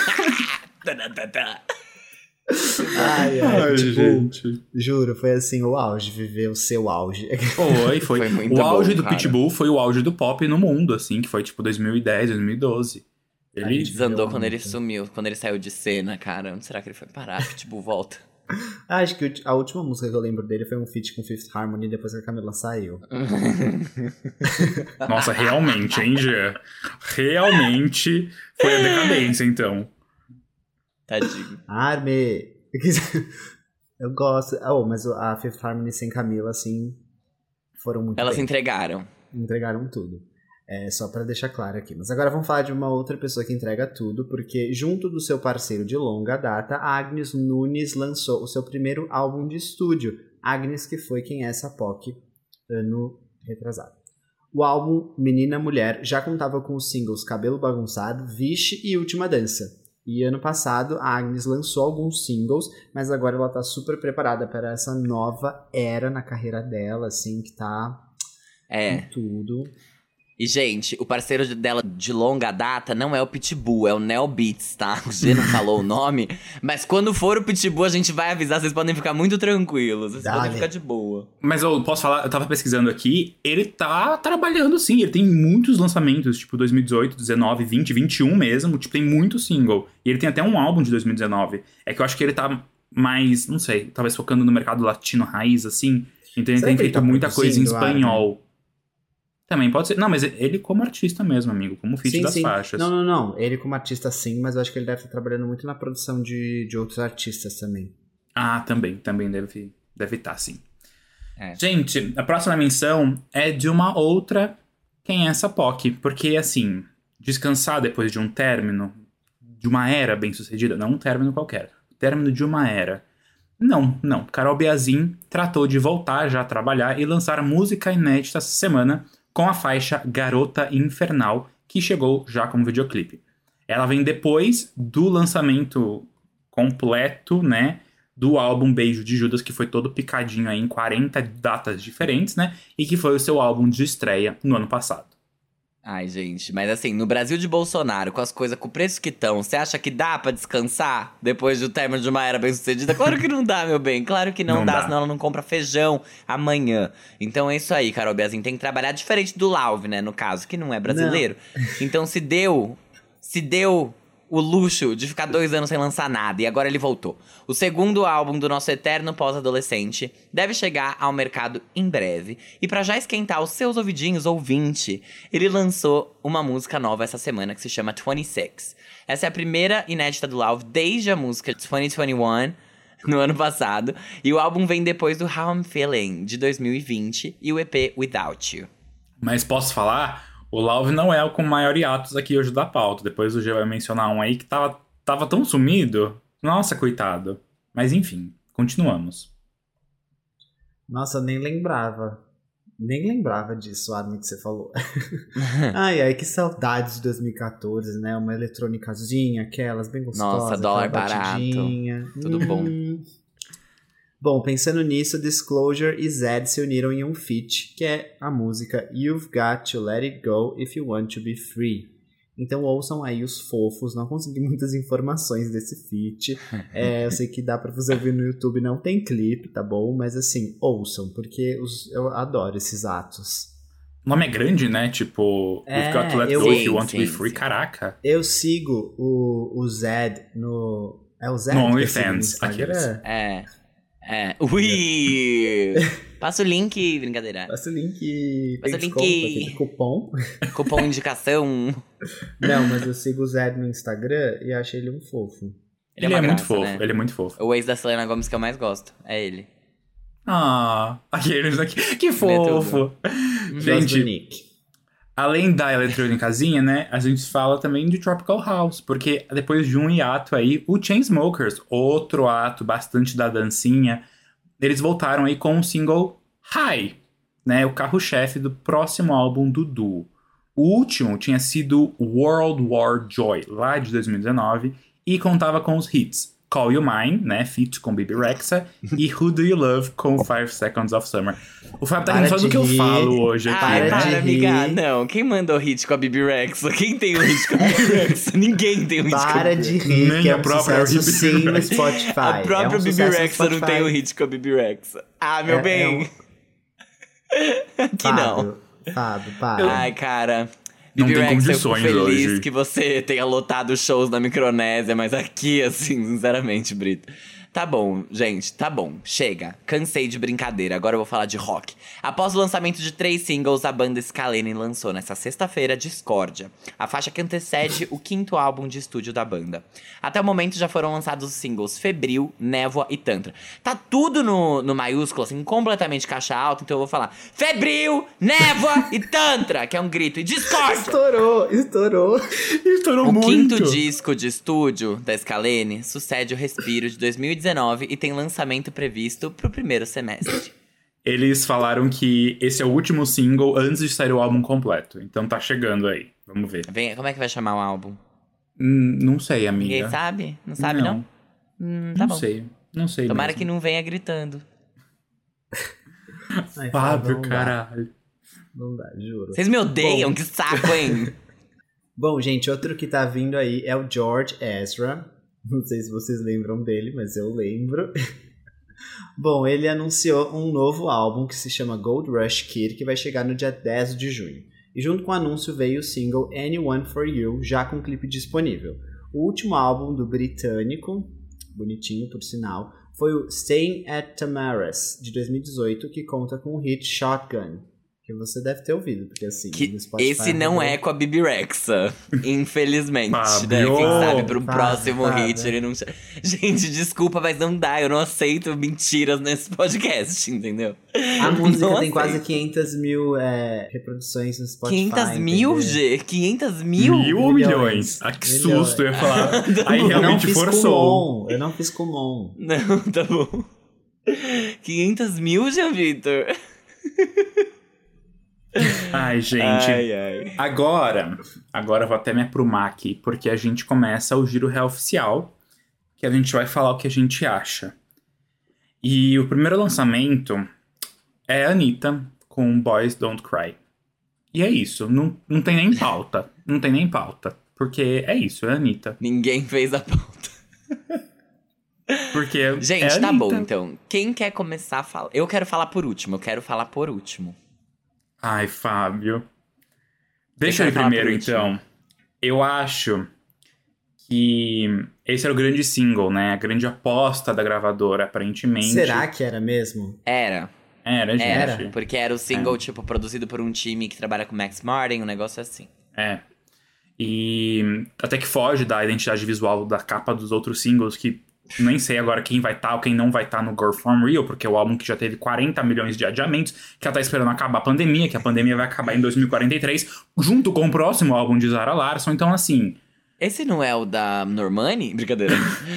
Ai, tipo, gente. Juro, foi assim, o auge, viver o seu auge. Foi muito o auge bom, do cara. Pitbull foi o auge do pop no mundo, assim, que foi tipo 2010, 2012. Ele Desandou quando ele sumiu, quando ele saiu de cena, cara. Onde será que ele foi parar? Pitbull volta. Acho que a última música que eu lembro dele foi um feat com Fifth Harmony depois que a Camila saiu. Nossa, realmente, hein, Jean? Realmente foi a decadência, então. Tadinho. Arme! Eu gosto. Mas a Fifth Harmony sem Camila, assim, foram muito Elas bem. entregaram tudo. Só pra deixar claro aqui. Mas agora vamos falar de uma outra pessoa que entrega tudo, porque junto do seu parceiro de longa data, a Agnes Nunes lançou o seu primeiro álbum de estúdio. Agnes, que foi quem é essa POC ano retrasado. O álbum Menina Mulher já contava com os singles Cabelo Bagunçado, Vixe e Última Dança. E ano passado a Agnes lançou alguns singles, mas agora ela tá super preparada para essa nova era na carreira dela, assim, que tá com tudo. E, gente, o parceiro dela de longa data não é o Pitbull, é o Neo Beats, tá? O G não falou o nome, mas quando for o Pitbull a gente vai avisar, vocês podem ficar muito tranquilos, vocês podem ficar de boa. Mas eu posso falar, eu tava pesquisando aqui, ele tá trabalhando sim, ele tem muitos lançamentos, tipo 2018, 19, 20, 21 mesmo, tipo, tem muito single. E ele tem até um álbum de 2019. É que eu acho que ele tá mais, não sei, talvez focando no mercado latino raiz, assim. Então ele tem feito muita coisa em espanhol. Também pode ser. Não, mas ele como artista mesmo, amigo. Como feat das faixas. Não. Ele como artista sim, mas eu acho que ele deve estar trabalhando muito na produção de outros artistas também. Ah, também deve estar, sim. Gente, a próxima menção é de uma outra quem é essa POC. Porque, assim, descansar depois de um término, de uma era bem-sucedida, não um término qualquer, término de uma era. Não. Carol Biazin tratou de voltar já a trabalhar e lançar música inédita essa semana com a faixa Garota Infernal, que chegou já como videoclipe. Ela vem depois do lançamento completo, né, do álbum Beijo de Judas, que foi todo picadinho aí em 40 datas diferentes, né, e que foi o seu álbum de estreia no ano passado. Ai, gente, mas assim, no Brasil de Bolsonaro, com as coisas, com o preço que estão, você acha que dá pra descansar depois do término de uma era bem-sucedida? Claro que não dá, meu bem, claro que não dá, senão ela não compra feijão amanhã. Então é isso aí, Carol Biazin, tem que trabalhar diferente do Lauve, né, no caso, que não é brasileiro. Não. Então se deu o luxo de ficar 2 anos sem lançar nada, e agora ele voltou. O segundo álbum do nosso eterno pós-adolescente deve chegar ao mercado em breve. E pra já esquentar os seus ouvidinhos, ouvinte, ele lançou uma música nova essa semana que se chama 26. Essa é a primeira inédita do Lauve desde a música 2021, no ano passado. E o álbum vem depois do How I'm Feeling, de 2020, e o EP Without You. Mas posso falar? O Lauve não é o com maior hiatus aqui hoje da pauta. Depois o G vai mencionar um aí que tava tão sumido. Nossa, coitado. Mas enfim, continuamos. Nossa, eu nem lembrava. Nem lembrava disso, Armin, que você falou. Ai, que saudades de 2014, né? Uma eletrônicazinha, aquelas bem gostosas. Nossa, dólar barato. Tudo bom. Bom, pensando nisso, Disclosure e Zedd se uniram em um feat, que é a música You've Got to Let It Go If You Want to Be Free. Então ouçam aí os fofos, não consegui muitas informações desse feat. Eu sei que dá pra você ouvir no YouTube, não tem clipe, tá bom? Mas assim, ouçam, porque eu adoro esses atos. O nome é grande, né? Tipo, You've Got to Let Go If You Want to Be Free, caraca. Eu sigo o Zedd no... É o Zedd? No OnlyFans, aqueles. Ui! Passa o link, brincadeira. Passa o link. Passa o link. Cupom. Cupom indicação. Não, mas eu sigo o Zedd no Instagram e achei ele um fofo. Ele é muito fofo, né? Ele é muito fofo. O ex da Selena Gomez que eu mais gosto, é ele. Aqueles aqui. Que fofo. Gente, além da eletrônicazinha, né, a gente fala também de Tropical House, porque depois de um hiato aí, o Chainsmokers, outro ato bastante da dancinha, eles voltaram aí com o single High, né, o carro-chefe do próximo álbum do duo. O último tinha sido World War Joy, lá de 2019, e contava com os hits Call You Mine, né, feat com Bebe Rexha, e Who Do You Love com 5 Seconds of Summer. O Fábio tá rindo só do que eu falo hoje aqui, né? Amiga, não. Quem mandou hit com a Bebe Rexha? Quem tem o hit com a Bebe Rexha? Ninguém tem o hit com a Bebe Rexha. Para de rir, nem que a própria sucesso sim no Spotify. A própria Bebe Rexha não tem o hit com a Bebe Rexha. Meu bem. Aqui não. Fábio, para. Ai, cara... Não tem condições, eu fico feliz hoje. Que você tenha lotado shows na Micronésia, mas aqui, assim, sinceramente, Brito. Tá bom, gente, tá bom, chega. Cansei de brincadeira, agora eu vou falar de rock. Após o lançamento de 3 singles, a banda Scalene lançou nesta sexta-feira Discórdia, a faixa que antecede o 5º álbum de estúdio da banda. Até o momento já foram lançados os singles Febril, Névoa e Tantra. Tá tudo no maiúsculo, assim, completamente caixa alta, então eu vou falar Febril, Névoa e Tantra, que é um grito, e Discórdia! Estourou muito! O 5º muito. disco de estúdio da Scalene sucede o Respiro de 2019 e tem lançamento previsto pro primeiro semestre. Eles falaram que esse é o último single antes de sair o álbum completo. Então tá chegando aí. Vamos ver. Como é que vai chamar o álbum? Não sei, amiga. Ninguém sabe? Não sabe, não? Não Tá bom. sei. Não sei Tomara mesmo. que não venha gritando. Ai, Fábio, não dá. caralho. Não dá, juro. Vocês me odeiam, Bom. que saco, hein? Bom, gente, outro que tá vindo aí é o George Ezra. Não sei se vocês lembram dele, mas eu lembro. Bom, ele anunciou um novo álbum que se chama Gold Rush Kid, que vai chegar no dia 10 de junho. E junto com o anúncio veio o single Anyone For You, já com clipe disponível. O último álbum do britânico, bonitinho por sinal, foi o Staying at Tamara's, de 2018, que conta com o hit Shotgun, que você deve ter ouvido, porque assim... no Spotify Esse não é com a Bibi Rexa, infelizmente, né? Fábio! Quem sabe pro Fábio, próximo Fábio. hit ele não... Gente, desculpa, mas não dá, eu não aceito mentiras nesse podcast, entendeu? A música Não tem aceito. quase 500 mil reproduções no Spotify. 500 mil, entendeu? G? 500 mil? Mil ou milhões? Ah, que Milhões. susto, eu ia falar. Aí Eu não realmente fiz forçou. Kumon, eu não fiz Kumon. Não, tá bom. 500 mil, Jean Vitor? Ai, gente. Ai. Agora eu vou até me aprumar aqui, porque a gente começa o Giro Real Oficial, que a gente vai falar o que a gente acha. E o primeiro lançamento é a Anitta com Boys Don't Cry. E é isso, não tem nem pauta. Não tem nem pauta. Porque é isso, é a Anitta. Ninguém fez a pauta. Porque é Gente, a tá bom, Anitta. então. Quem quer começar a falar? Eu quero falar por último, Ai, Fábio. Deixa eu Eu ir quero falar primeiro, por último. então. Eu acho que esse era o grande single, né? A grande aposta da gravadora, aparentemente. Será que era mesmo? Era, Era, gente. Era? porque era o single, tipo, produzido por um time que trabalha com Max Martin, um negócio assim. É. E até que foge da identidade visual da capa dos outros singles, que nem sei agora quem vai estar ou quem não vai estar no Girl From Real, porque é o álbum que já teve 40 milhões de adiamentos, que ela tá esperando acabar a pandemia, que a pandemia vai acabar em 2043, junto com o próximo álbum de Zara Larsson. Então, assim... Esse não é o da Normani? Brincadeira.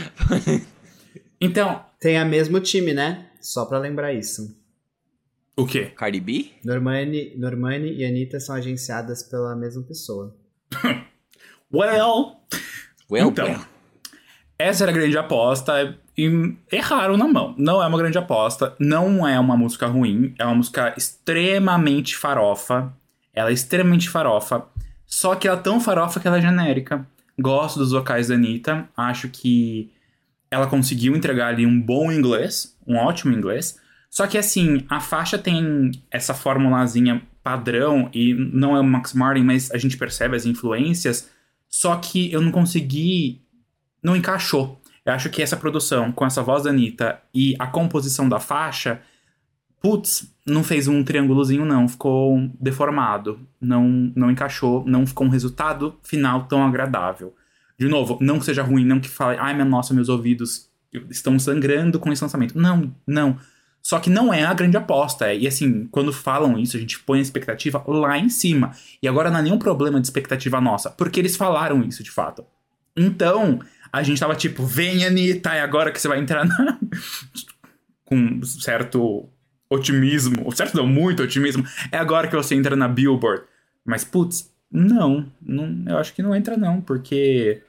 Então, Tem a mesmo time, né? Só pra lembrar isso. o quê? Cardi B? Normani e Anitta são agenciadas pela mesma pessoa. Well... Well, Então. well. Essa era a grande aposta e erraram na mão. Não é uma grande aposta, não é uma música ruim, é uma música extremamente farofa. Ela é extremamente farofa, só que ela é tão farofa que ela é genérica. Gosto dos vocais da Anitta, acho que ela conseguiu entregar ali um bom inglês, um ótimo inglês. Só que assim, a faixa tem essa formulazinha padrão e não é o Max Martin, mas a gente percebe as influências. Só que eu não consegui... Não encaixou. Eu acho que essa produção, com essa voz da Anitta e a composição da faixa, putz, não fez um triângulozinho, não. Ficou deformado. Não encaixou. Não ficou um resultado final tão agradável. De novo, não que seja ruim, não que fale, ai, nossa, meus ouvidos estão sangrando com esse lançamento. Não. Só que não é a grande aposta. E assim, quando falam isso, a gente põe a expectativa lá em cima. E agora não é nenhum problema de expectativa nossa, porque eles falaram isso de fato. Então... A gente tava tipo, vem Anitta, é agora que você vai entrar na... com certo otimismo, certo não, muito otimismo, é agora que você entra na Billboard. Mas, putz, não, eu acho que não entra não, porque...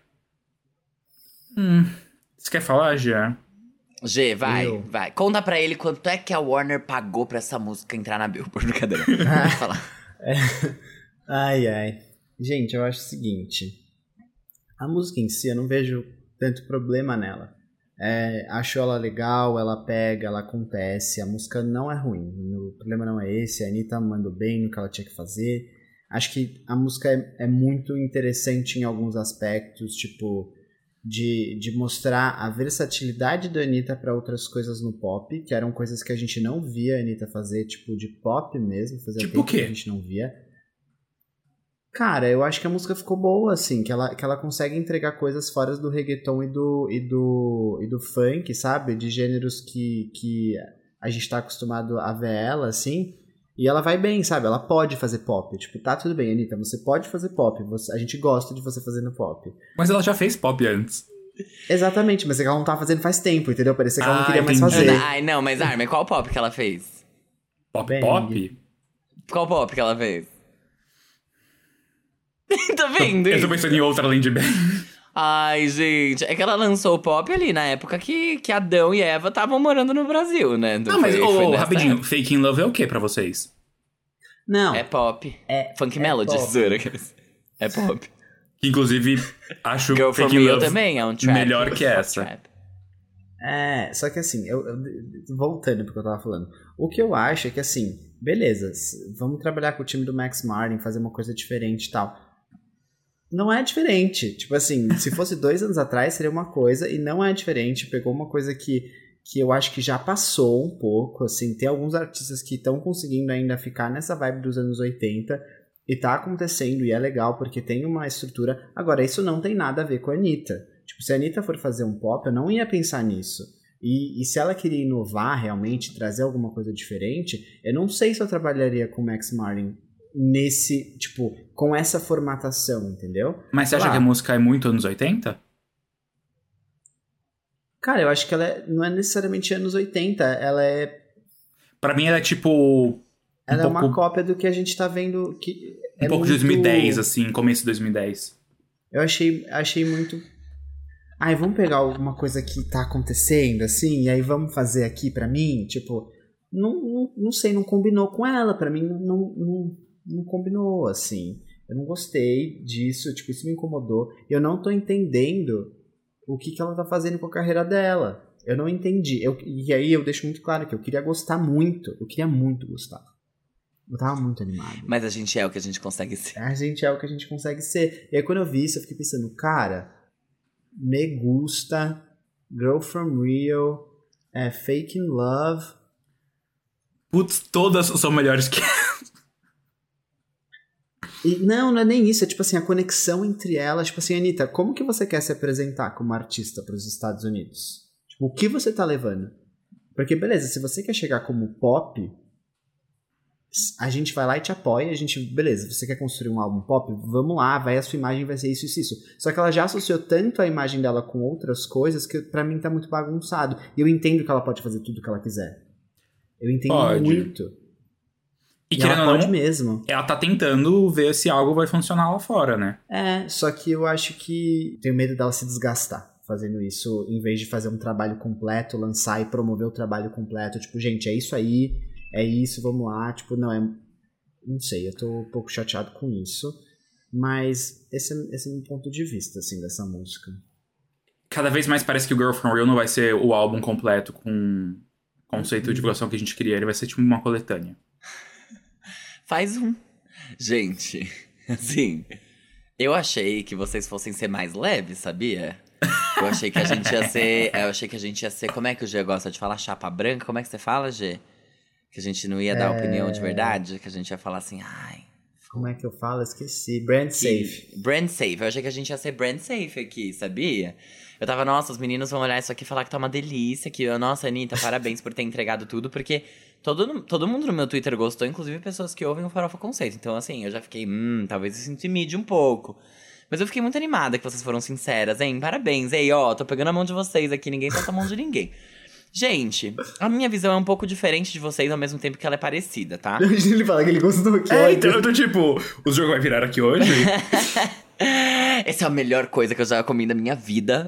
Você quer falar, Jean? G, vai. Conta pra ele quanto é que a Warner pagou pra essa música entrar na Billboard. Brincadeira. Pode falar. Ai. Gente, eu acho o seguinte... A música em si, eu não vejo tanto problema nela. Acho ela legal, ela pega, ela acontece. A música não é ruim. O problema não é esse. A Anitta mandou bem no que ela tinha que fazer. Acho que a música é muito interessante em alguns aspectos, tipo, de mostrar a versatilidade da Anitta para outras coisas no pop, que eram coisas que a gente não via a Anitta fazer, tipo, de pop mesmo. Fazia Tipo tempo o quê? que a gente não via. Cara, eu acho que a música ficou boa, assim, que ela consegue entregar coisas fora do reggaeton e do funk, sabe? De gêneros que a gente tá acostumado a ver ela, assim, e ela vai bem, sabe? Ela pode fazer pop. Tipo, tá tudo bem, Anitta, você pode fazer pop, a gente gosta de você fazendo pop. Mas ela já fez pop antes. Exatamente, mas é que ela não tá fazendo faz tempo, entendeu? Parecia que ela não Ah, queria mais entendi. fazer. Ai, não, mas Armin, qual pop que ela fez? Pop? Qual pop que ela fez? Tá vendo? Eu tô pensando em outra além de Bang. Ai, gente, é que ela lançou o pop ali na época que Adão e Eva estavam morando no Brasil, né? Não, mas, rapidinho, Fake in Love é o que pra vocês? Não. É pop. Funk Melody, zoeira. É pop. Inclusive, acho Girl Fake From in Rio Love também é um trap. melhor que essa. Trap. Só que assim, voltando pro que eu tava falando. O que eu acho é que assim, beleza, vamos trabalhar com o time do Max Martin, fazer uma coisa diferente e tal. Não é diferente. Tipo assim, se fosse 2 anos atrás, seria uma coisa, e não é diferente. Pegou uma coisa que eu acho que já passou um pouco, assim. Tem alguns artistas que estão conseguindo ainda ficar nessa vibe dos anos 80, e tá acontecendo, e é legal, porque tem uma estrutura. Agora, isso não tem nada a ver com a Anitta. Tipo, se a Anitta for fazer um pop, eu não ia pensar nisso. E se ela queria inovar realmente, trazer alguma coisa diferente, eu não sei se eu trabalharia com o Max Martin nesse, tipo, com essa formatação, entendeu? Mas você acha que a música é muito anos 80? Cara, eu acho que ela não é necessariamente anos 80, ela é... Pra mim ela é tipo... Ela é uma cópia do que a gente tá vendo... Que um pouco de 2010, assim, começo de 2010. Eu achei muito... Ai, vamos pegar alguma coisa que tá acontecendo, assim, e aí vamos fazer aqui pra mim? Tipo, não sei, não combinou com ela, pra mim não combinou, assim. Eu não gostei disso, tipo, isso me incomodou. Eu não tô entendendo o que ela tá fazendo com a carreira dela. Eu não entendi. E aí eu deixo muito claro que eu queria gostar muito. Eu queria muito gostar. Eu tava muito animado. Mas a gente é o que a gente consegue ser. A gente é o que a gente consegue ser. E aí quando eu vi isso, eu fiquei pensando, cara, Me Gusta, Girl From Rio, Fake in Love. Putz, todas são melhores que... E não é nem isso, é tipo assim, a conexão entre elas, tipo assim, Anitta, como que você quer se apresentar como artista para os Estados Unidos? Tipo, o que você tá levando? Porque, beleza, se você quer chegar como pop, a gente vai lá e te apoia, beleza, você quer construir um álbum pop? Vamos lá, a sua imagem vai ser isso, isso, isso. Só que ela já associou tanto a imagem dela com outras coisas que pra mim tá muito bagunçado. E eu entendo que ela pode fazer tudo o que ela quiser. Eu entendo muito. E ela pode mesmo. Ela tá tentando ver se algo vai funcionar lá fora, né? Só que eu acho que tenho medo dela se desgastar fazendo isso, em vez de fazer um trabalho completo, lançar e promover o trabalho completo. Tipo, gente, é isso aí, é isso, vamos lá. Tipo, não sei, eu tô um pouco chateado com isso. Mas esse é o meu ponto de vista, assim, dessa música. Cada vez mais parece que o Girl From Real não vai ser o álbum completo com o conceito de divulgação que a gente queria. Ele vai ser tipo uma coletânea. Faz um. Gente, assim, eu achei que vocês fossem ser mais leves, sabia? Eu achei que a gente ia ser, como é que o G gosta de falar? Chapa branca? Como é que você fala, G? Que a gente não ia dar opinião de verdade? Que a gente ia falar assim, ai... Como é que eu falo? Esqueci. Brand safe. Brand safe. Eu achei que a gente ia ser brand safe aqui, sabia? Eu tava, nossa, os meninos vão olhar isso aqui e falar que tá uma delícia. Que, nossa, Anitta, parabéns por ter entregado tudo. Porque todo mundo no meu Twitter gostou, inclusive pessoas que ouvem o Farofa Conceito. Então, assim, eu já fiquei, talvez isso intimide um pouco. Mas eu fiquei muito animada que vocês foram sinceras, hein? Parabéns. Ei, tô pegando a mão de vocês aqui. Ninguém solta a mão de ninguém. Gente, a minha visão é um pouco diferente de vocês, ao mesmo tempo que ela é parecida, tá? Ele fala que ele gostou aqui. Então eu tô tipo, o jogo vai virar aqui hoje? Essa é a melhor coisa que eu já comi na minha vida.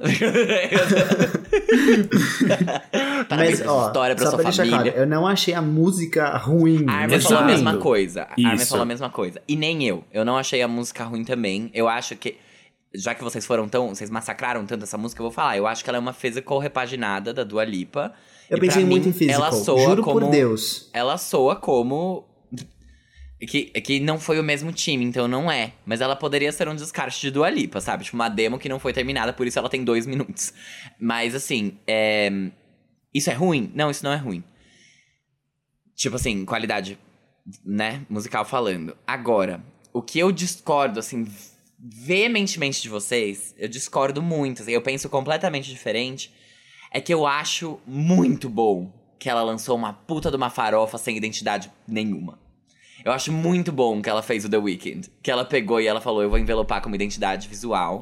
Parabéns pra sua história, pra sua família. Claro, eu não achei a música ruim. A Armin falou a mesma coisa. A Armin falou a mesma coisa. E nem eu. Eu não achei a música ruim também. Eu acho que... Já que vocês vocês massacraram tanto essa música, eu vou falar. Eu acho que ela é uma physical repaginada da Dua Lipa. Eu pensei muito em physical, ela soa juro como, por Deus. Ela soa como... Que não foi o mesmo time, então não é. Mas ela poderia ser um descarte de Dua Lipa, sabe? Tipo, uma demo que não foi terminada, por isso ela tem 2 minutos. Mas, assim, isso é ruim? Não, isso não é ruim. Tipo assim, qualidade, né, musical falando. Agora, o que eu discordo, assim... veementemente de vocês, eu discordo muito, assim, eu penso completamente diferente, é que eu acho muito bom que ela lançou uma puta de uma farofa sem identidade nenhuma. Eu acho muito bom que ela fez o The Weeknd, que ela pegou e ela falou, eu vou envelopar com uma identidade visual,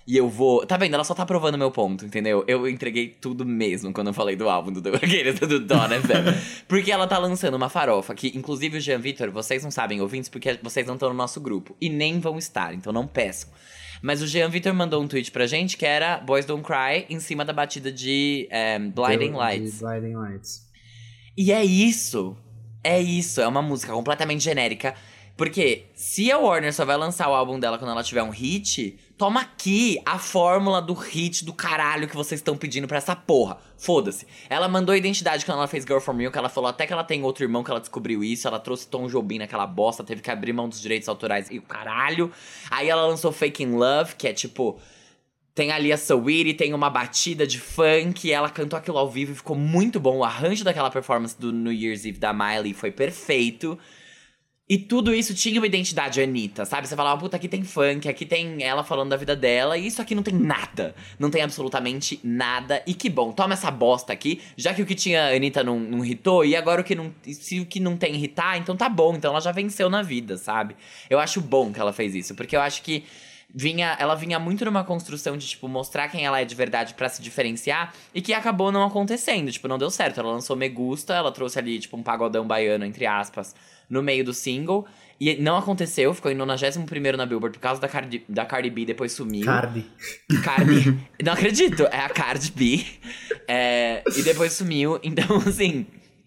E eu vou... Tá vendo? Ela só tá provando meu ponto, entendeu? Eu entreguei tudo mesmo quando eu falei do álbum do Donna FM. Porque ela tá lançando uma farofa que, inclusive, o Jean Vitor, vocês não sabem, ouvintes, porque vocês não estão no nosso grupo. E nem vão estar, então não peçam. Mas o Jean Vitor mandou um tweet pra gente que era Boys Don't Cry em cima da batida de Blinding Lights. Blinding Lights. E é isso. É uma música completamente genérica. Porque se a Warner só vai lançar o álbum dela quando ela tiver um hit, toma aqui a fórmula do hit do caralho que vocês estão pedindo pra essa porra. Foda-se. Ela mandou a identidade quando ela fez Girl From You, que ela falou até que ela tem outro irmão que ela descobriu isso. Ela trouxe Tom Jobim naquela bosta, teve que abrir mão dos direitos autorais e o caralho. Aí ela lançou Fake in Love, que é tipo... Tem ali a Saweetie, tem uma batida de funk, ela cantou aquilo ao vivo e ficou muito bom. O arranjo daquela performance do New Year's Eve da Miley foi perfeito. E tudo isso tinha uma identidade Anitta, sabe? Você falava, puta, aqui tem funk, aqui tem ela falando da vida dela, e isso aqui não tem nada. Não tem absolutamente nada. E que bom, toma essa bosta aqui, já que o que tinha Anitta não hitou, e agora o que não... Se o que não tem hitar, então tá bom, então ela já venceu na vida, sabe? Eu acho bom que ela fez isso, porque eu acho que ela vinha muito numa construção de, tipo, mostrar quem ela é de verdade pra se diferenciar, e que acabou não acontecendo, tipo, não deu certo. Ela lançou Me Gusta, ela trouxe ali, tipo, um pagodão baiano, entre aspas, no meio do single, e não aconteceu, ficou em 91º na Billboard por causa da Cardi B, depois sumiu. Cardi. Não acredito, é a Cardi B. E depois sumiu, então, assim...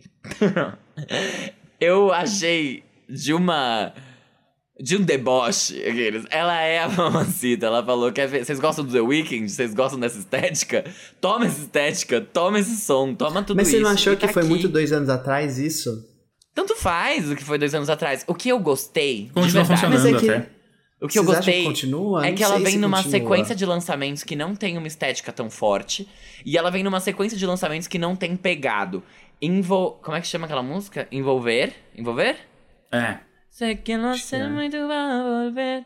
eu achei de um deboche, aqueles. Ela é a Mamacita, ela falou que vocês gostam do The Weeknd? Vocês gostam dessa estética? Toma essa estética, toma esse som, toma tudo isso. Mas você não achou que foi muito 2 anos atrás isso? Tanto faz o que foi 2 anos atrás. O que eu gostei, continua funcionando até. O que eu gostei é que ela vem numa sequência de lançamentos que não tem uma estética tão forte. E ela vem numa sequência de lançamentos que não tem pegado. Como é que chama aquela música? Envolver? É. Sé que no sé muito va volver.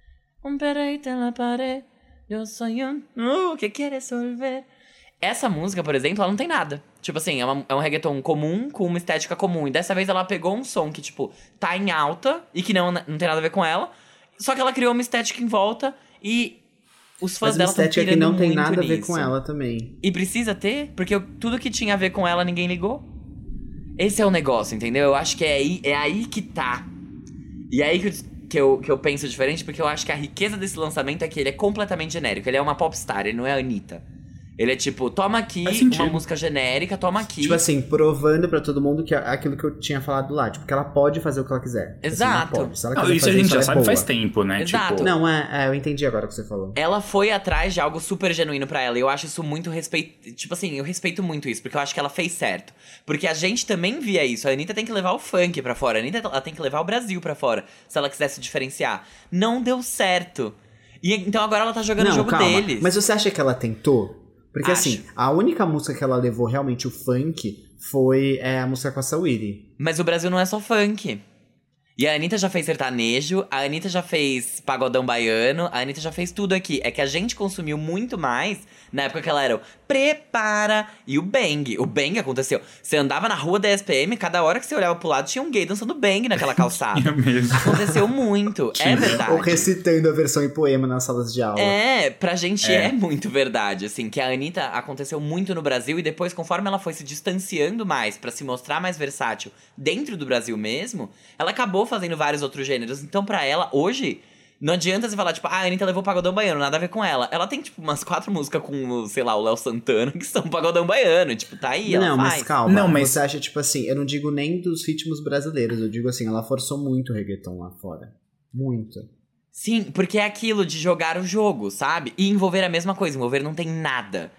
Un perrito en la pared. Eu soy que quieres volver. Essa música, por exemplo, ela não tem nada. Tipo assim, é um reggaeton comum com uma estética comum. E dessa vez ela pegou um som que, tipo, tá em alta e que não tem nada a ver com ela. Só que ela criou uma estética em volta e os fãs dela estão pirando muito nisso. Mas uma estética que não tem nada a ver com ela também. E precisa ter, porque tudo que tinha a ver com ela ninguém ligou. Esse é o negócio, entendeu? Eu acho que é aí que tá. E é aí que eu penso diferente, porque eu acho que a riqueza desse lançamento é que ele é completamente genérico. Ele é uma popstar, ele não é a Anitta. Ele é tipo, toma aqui uma música genérica, toma aqui. Tipo assim, provando pra todo mundo que é aquilo que eu tinha falado lá. Tipo, que ela pode fazer o que ela quiser. Exato. Assim, isso a gente já sabe faz tempo, né? Exato. Tipo... Não, eu entendi agora o que você falou. Ela foi atrás de algo super genuíno pra ela. E eu acho isso muito Tipo assim, eu respeito muito isso, porque eu acho que ela fez certo. Porque a gente também via isso. A Anitta tem que levar o funk pra fora. A Anitta ela tem que levar o Brasil pra fora, se ela quiser se diferenciar. Não deu certo. E então agora ela tá jogando o jogo deles. Mas você acha que ela tentou? Porque assim, a única música que ela levou realmente o funk foi a música com a Saweetie. Mas o Brasil não é só funk. E a Anitta já fez sertanejo, a Anitta já fez pagodão baiano, a Anitta já fez tudo aqui. É que a gente consumiu muito mais na época que ela era o Prepara e o Bang. O Bang aconteceu. Você andava na rua da SPM, cada hora que você olhava pro lado tinha um gay dançando Bang naquela calçada. Mesmo. Aconteceu muito, é verdade. Ou recitando a versão em poema nas salas de aula. Pra gente é muito verdade, assim, que a Anitta aconteceu muito no Brasil e depois, conforme ela foi se distanciando mais pra se mostrar mais versátil dentro do Brasil mesmo, ela acabou fazendo vários outros gêneros. Então, pra ela, hoje, não adianta você falar, tipo, a Anitta levou pagodão baiano, nada a ver com ela. Ela tem, tipo, umas 4 músicas com, sei lá, o Léo Santana, que são pagodão baiano. Tipo, tá aí, ela faz. Mas calma. Você acha, tipo assim, eu não digo nem dos ritmos brasileiros, eu digo assim, ela forçou muito o reggaeton lá fora. Muito. Sim, porque é aquilo de jogar o jogo, sabe? E Envolver é a mesma coisa. Envolver não tem nada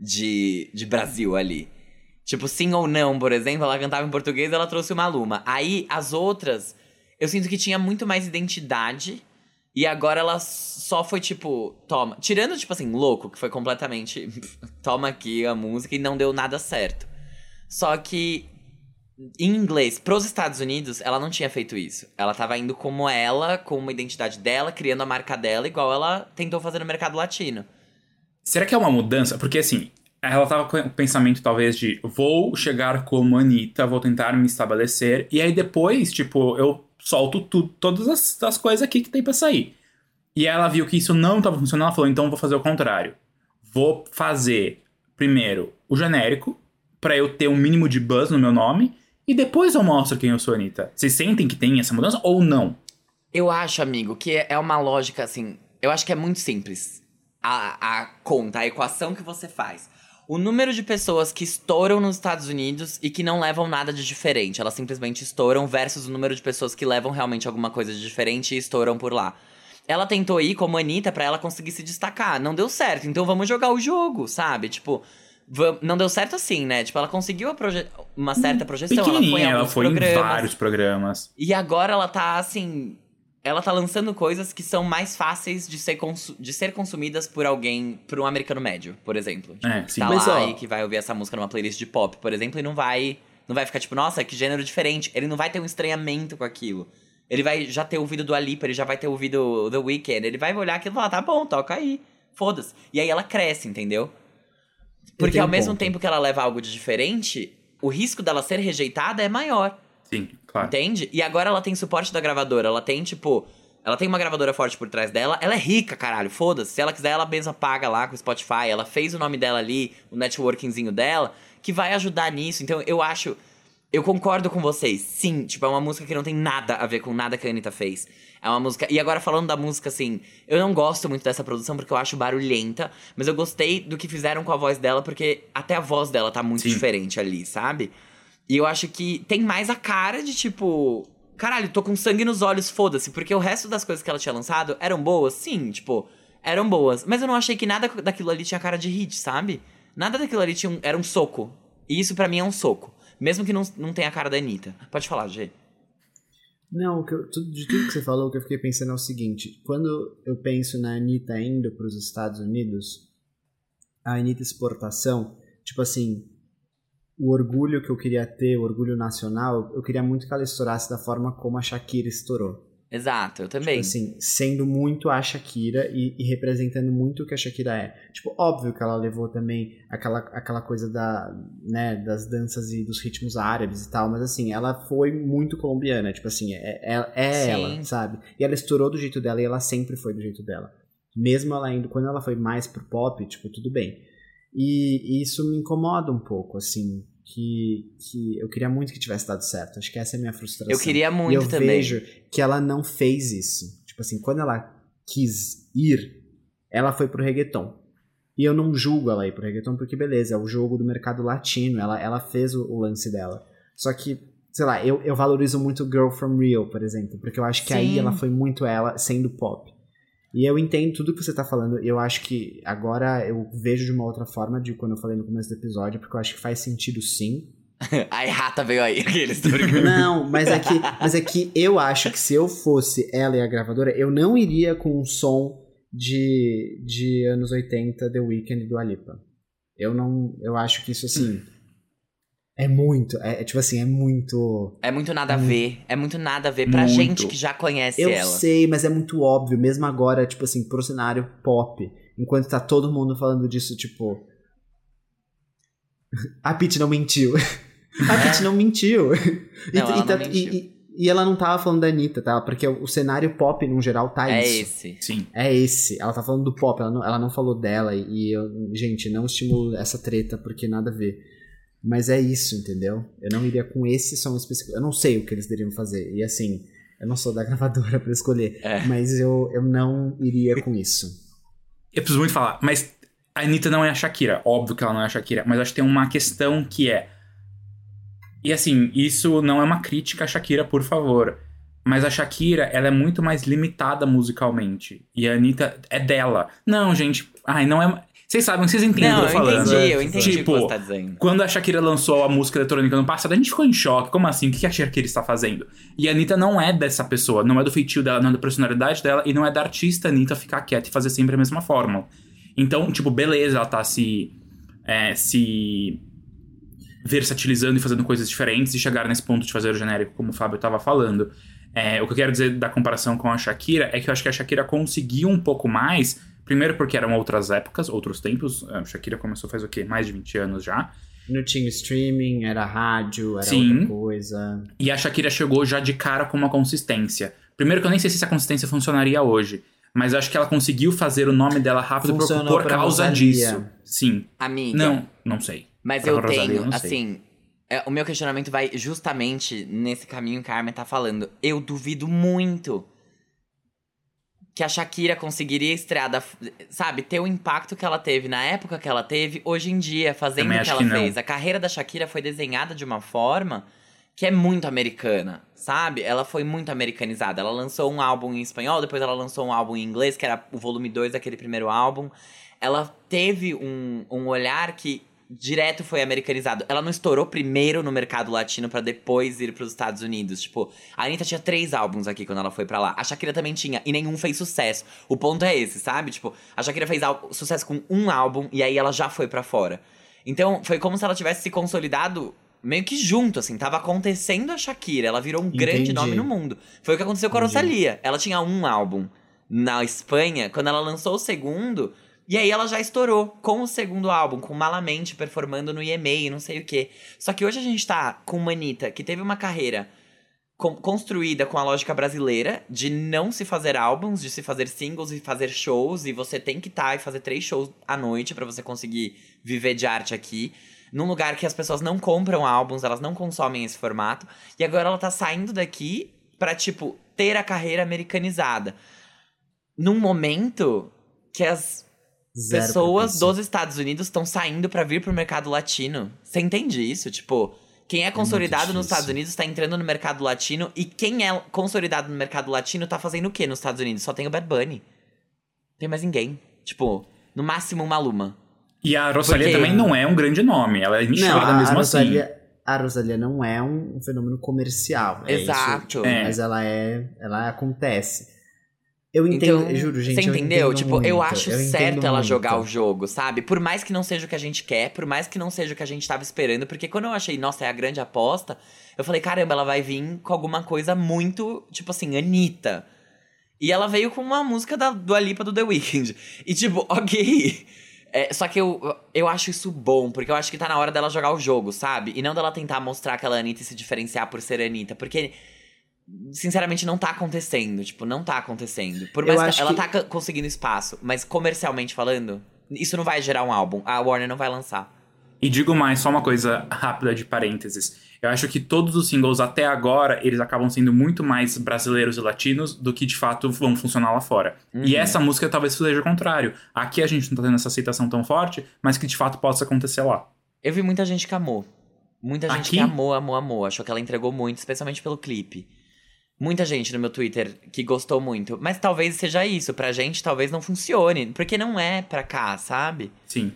de Brasil ali. Tipo, Sim ou Não, por exemplo, ela cantava em português, ela trouxe uma Maluma. Aí, as outras, eu sinto que tinha muito mais identidade. E agora ela só foi, tipo, toma. Tirando, tipo assim, Louco, que foi completamente toma aqui a música e não deu nada certo. Só que, em inglês, pros Estados Unidos, ela não tinha feito isso. Ela tava indo como ela, com uma identidade dela, criando a marca dela, igual ela tentou fazer no mercado latino. Será que é uma mudança? Porque, assim, ela tava com o pensamento, talvez, de vou chegar como Anitta, vou tentar me estabelecer. E aí depois, tipo, eu solto todas as coisas aqui que tem pra sair. E ela viu que isso não estava funcionando, ela falou, então eu vou fazer o contrário. Vou fazer, primeiro, o genérico, pra eu ter um mínimo de buzz no meu nome, e depois eu mostro quem eu sou, Anitta. Vocês sentem que tem essa mudança ou não? Eu acho, amigo, que é uma lógica, assim... Eu acho que é muito simples. A conta, a equação que você faz. O número de pessoas que estouram nos Estados Unidos e que não levam nada de diferente. Elas simplesmente estouram versus o número de pessoas que levam realmente alguma coisa de diferente e estouram por lá. Ela tentou ir como Anitta pra ela conseguir se destacar. Não deu certo, então vamos jogar o jogo, sabe? Tipo... Não deu certo assim, né? Tipo, ela conseguiu uma certa projeção. Ela foi em vários programas. E agora ela tá, assim... Ela tá lançando coisas que são mais fáceis de ser consumidas por alguém... Por um americano médio, por exemplo. Tipo, sim. Tá Mas, lá e que vai ouvir essa música numa playlist de pop, por exemplo. E não vai ficar tipo... Nossa, que gênero diferente. Ele não vai ter um estranhamento com aquilo. Ele vai já ter ouvido Dua Lipa. Ele já vai ter ouvido The Weeknd. Ele vai olhar aquilo e falar... Tá bom, toca aí. Foda-se. E aí ela cresce, entendeu? Porque ao mesmo tempo que ela leva algo de diferente, o risco dela ser rejeitada é maior. Sim, claro. Entende? E agora ela tem suporte da gravadora. Ela tem, tipo... Ela tem uma gravadora forte por trás dela. Ela é rica, caralho. Foda-se. Se ela quiser, ela mesma paga lá com o Spotify. Ela fez o nome dela ali, o networkingzinho dela, que vai ajudar nisso. Então, eu acho... Eu concordo com vocês. Sim, tipo, é uma música que não tem nada a ver com nada que a Anitta fez. É uma música... E agora, falando da música, assim... Eu não gosto muito dessa produção porque eu acho barulhenta. Mas eu gostei do que fizeram com a voz dela, porque até a voz dela tá muito diferente ali, sabe? E eu acho que tem mais a cara de, tipo... Caralho, tô com sangue nos olhos, foda-se. Porque o resto das coisas que ela tinha lançado eram boas, sim, tipo... Eram boas. Mas eu não achei que nada daquilo ali tinha cara de hit, sabe? Nada daquilo ali era um soco. E isso pra mim é um soco. Mesmo que não tenha a cara da Anitta. Pode falar, Gê. Não, de tudo que você falou, o que eu fiquei pensando é o seguinte. Quando eu penso na Anitta indo para os Estados Unidos, a Anitta exportação, tipo assim, o orgulho que eu queria ter, o orgulho nacional, eu queria muito que ela estourasse da forma como a Shakira estourou. Exato, eu também. Tipo assim, sendo muito a Shakira e representando muito o que a Shakira é. Tipo, óbvio que ela levou também aquela coisa das danças e dos ritmos árabes e tal, mas assim, ela foi muito colombiana, tipo assim, ela, sabe? E ela estourou do jeito dela e ela sempre foi do jeito dela. Mesmo ela indo, quando ela foi mais pro pop, tipo, tudo bem. E isso me incomoda um pouco, assim, que eu queria muito que tivesse dado certo. Acho que essa é a minha frustração. Eu queria muito também. E eu vejo que ela não fez isso. Tipo assim, quando ela quis ir, ela foi pro reggaeton. E eu não julgo ela ir pro reggaeton, porque beleza, é o jogo do mercado latino. Ela fez o lance dela. Só que, sei lá, eu valorizo muito Girl From Rio, por exemplo. Porque eu acho que aí ela foi muito ela, sendo pop. E eu entendo tudo que você tá falando. Eu acho que agora eu vejo de uma outra forma de quando eu falei no começo do episódio, porque eu acho que faz sentido sim. A errata veio aí, aqueles. Não, mas é que eu acho que se eu fosse ela e a gravadora, eu não iria com um som de anos 80, The Weeknd e Dua Lipa. Eu acho que isso assim... É muito nada a ver. É muito nada a ver pra gente que já conhece ela. Eu sei, mas é muito óbvio. Mesmo agora, tipo assim, pro cenário pop. Enquanto tá todo mundo falando disso, tipo... A Pitty não mentiu. A Pitty não mentiu. E ela não tava falando da Anitta, tá? Porque o cenário pop, no geral, tá isso. É esse. Sim. É esse. Ela tá falando do pop. Ela não falou dela. E eu, gente, não estimulo essa treta, porque nada a ver. Mas é isso, entendeu? Eu não iria com esse som específico. Eu não sei o que eles deveriam fazer. E assim, eu não sou da gravadora pra escolher. Mas eu não iria com isso. Eu preciso muito falar, mas a Anitta não é a Shakira. Óbvio que ela não é a Shakira. Mas acho que tem uma questão que é... E assim, isso não é uma crítica à Shakira, por favor. Mas a Shakira, ela é muito mais limitada musicalmente. E a Anitta é dela. Não, gente... Ai, não é... Vocês sabem, vocês entendem o que eu tô falando. Eu entendi tipo, o que você tá dizendo. Quando a Shakira lançou a música eletrônica no passado, a gente ficou em choque. Como assim? O que a Shakira está fazendo? E a Anitta não é dessa pessoa. Não é do feitio dela, não é da personalidade dela. E não é da artista Anitta ficar quieta e fazer sempre a mesma fórmula. Então, tipo, beleza, ela tá se versatilizando e fazendo coisas diferentes e chegar nesse ponto de fazer o genérico, como o Fábio tava falando. O que eu quero dizer da comparação com a Shakira é que eu acho que a Shakira conseguiu um pouco mais... Primeiro porque eram outras épocas, outros tempos. A Shakira começou faz o quê? Mais de 20 anos já. Não tinha streaming, era rádio, era outra coisa. E a Shakira chegou já de cara com uma consistência. Primeiro que eu nem sei se essa consistência funcionaria hoje. Mas eu acho que ela conseguiu fazer o nome dela rápido por causa Rosalía. disso. Sim. Amiga. Não sei. Mas Pra eu Rosalía, tenho, não sei. assim... o meu questionamento vai justamente nesse caminho que a Armin tá falando. Eu duvido muito que a Shakira conseguiria estrear, sabe, ter o impacto que ela teve na época que ela teve, hoje em dia, fazendo Também o que acho ela que não. fez. A carreira da Shakira foi desenhada de uma forma que é muito americana, sabe? Ela foi muito americanizada. Ela lançou um álbum em espanhol, depois ela lançou um álbum em inglês, que era o volume 2 daquele primeiro álbum. Ela teve um olhar que direto foi americanizado. Ela não estourou primeiro no mercado latino pra depois ir pros Estados Unidos. Tipo, a Anitta tinha 3 álbuns aqui quando ela foi pra lá. A Shakira também tinha, e nenhum fez sucesso. O ponto é esse, sabe? Tipo, a Shakira fez sucesso com um álbum e aí ela já foi pra fora. Então, foi como se ela tivesse se consolidado meio que junto, assim. Tava acontecendo a Shakira. Ela virou um grande nome no mundo. Foi o que aconteceu com a Rosalía. Ela tinha um álbum na Espanha. Quando ela lançou o segundo... E aí ela já estourou com o segundo álbum, com Malamente performando no EMA e não sei o quê. Só que hoje a gente tá com uma Anitta que teve uma carreira construída com a lógica brasileira de não se fazer álbuns, de se fazer singles e fazer shows. E você tem que estar e fazer 3 shows à noite pra você conseguir viver de arte aqui. Num lugar que as pessoas não compram álbuns, elas não consomem esse formato. E agora ela tá saindo daqui pra, tipo, ter a carreira americanizada. Num momento que as pessoas dos Estados Unidos estão saindo pra vir pro mercado latino. Você entende isso? Tipo, quem é consolidado nos Estados Unidos tá entrando no mercado latino. E quem é consolidado no mercado latino tá fazendo o quê nos Estados Unidos? Só tem o Bad Bunny. Não tem mais ninguém. Tipo, no máximo uma Luma. E a Rosalía também não é um grande nome. Ela é nichada mesmo assim. A Rosalía não é um fenômeno comercial. Exato. Mas ela acontece. Eu entendo, então, juro, gente. Você entendeu? Tipo, muito, eu acho certo ela muito. jogar o jogo, sabe? Por mais que não seja o que a gente quer, por mais que não seja o que a gente tava esperando. Porque quando eu achei, nossa, é a grande aposta, eu falei, caramba, ela vai vir com alguma coisa muito, tipo assim, Anitta. E ela veio com uma música da Dua Lipa do The Weeknd. E tipo, ok. Só que eu acho isso bom, porque eu acho que tá na hora dela jogar o jogo, sabe? E não dela tentar mostrar aquela Anitta e se diferenciar por ser Anitta. Porque... sinceramente, não tá acontecendo. Tipo, não tá acontecendo. Por mais que ela tá conseguindo espaço, mas comercialmente falando, isso não vai gerar um álbum. A Warner não vai lançar. E digo mais, só uma coisa rápida de parênteses. Eu acho que todos os singles até agora, eles acabam sendo muito mais brasileiros e latinos do que de fato vão funcionar lá fora. E essa música talvez seja o contrário. Aqui a gente não tá tendo essa aceitação tão forte, mas que de fato possa acontecer lá. Eu vi muita gente que amou. Muita gente Aqui? que amou. Achou que ela entregou muito, especialmente pelo clipe. Muita gente no meu Twitter que gostou muito. Mas talvez seja isso. Pra gente, talvez não funcione. Porque não é pra cá, sabe? Sim.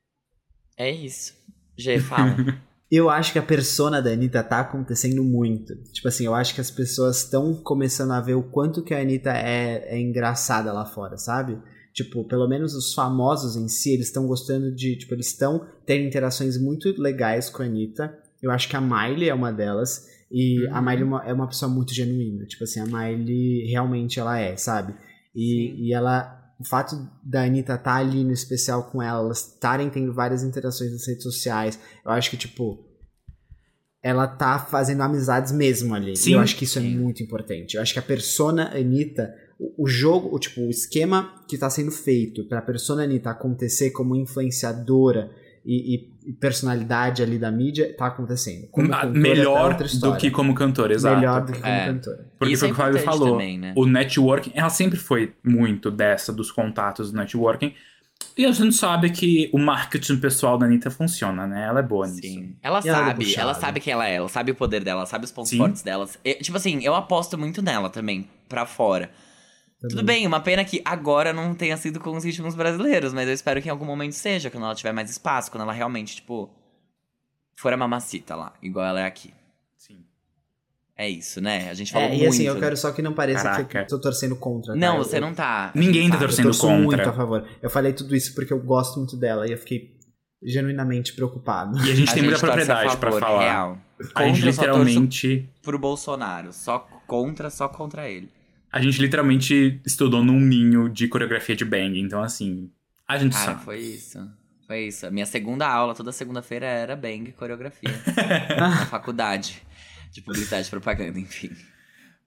É isso. Gê, fala. Eu acho que a persona da Anitta tá acontecendo muito. Tipo assim, eu acho que as pessoas estão começando a ver o quanto que a Anitta é engraçada lá fora, sabe? Tipo, pelo menos os famosos em si, eles estão gostando de... Tipo, eles estão tendo interações muito legais com a Anitta. Eu acho que a Miley é uma delas. E a Miley é uma pessoa muito genuína. Tipo assim, a Miley realmente ela é, sabe? E ela... O fato da Anitta estar ali no especial com ela, elas estarem tendo várias interações nas redes sociais, eu acho que, tipo... Ela tá fazendo amizades mesmo ali. Sim. E eu acho que isso é muito importante. Eu acho que a persona Anitta... O jogo, o esquema que tá sendo feito pra persona Anitta acontecer como influenciadora e personalidade ali da mídia, tá acontecendo. Como cantora, melhor outra do história. que como cantora, exato. Melhor do que como cantora. Porque Isso foi o que o Fábio falou, também, né? o networking, ela sempre foi muito dos contatos do networking. E a gente sabe que o marketing pessoal da Anitta funciona, né? Ela é boa nisso. Sim. Ela E ela é sabe puxada. quem ela sabe o poder dela, ela sabe os pontos Sim. fortes dela. Tipo assim, eu aposto muito nela também, pra fora. Tudo bem, uma pena que agora não tenha sido com os ritmos brasileiros, mas eu espero que em algum momento seja, quando ela tiver mais espaço, quando ela realmente, tipo, for a mamacita lá, igual ela é aqui. Sim. É isso, né? A gente falou muito. E assim, eu quero só que não pareça que Caraca. eu tô torcendo contra. Não, tá? você não tá. Ninguém tá sabe? torcendo Eu torço contra. muito a favor. Eu falei tudo isso porque eu gosto muito dela e eu fiquei genuinamente preocupado. E a gente tem muita torce a propriedade pra favor, falar. real. A gente Contra, eu só torço literalmente... pro Bolsonaro. Só contra ele. A gente literalmente estudou num ninho de coreografia de bang. Então, assim, a gente Cara, sabe. foi isso. A minha segunda aula, toda segunda-feira, era bang coreografia. Na faculdade. De publicidade e propaganda, enfim.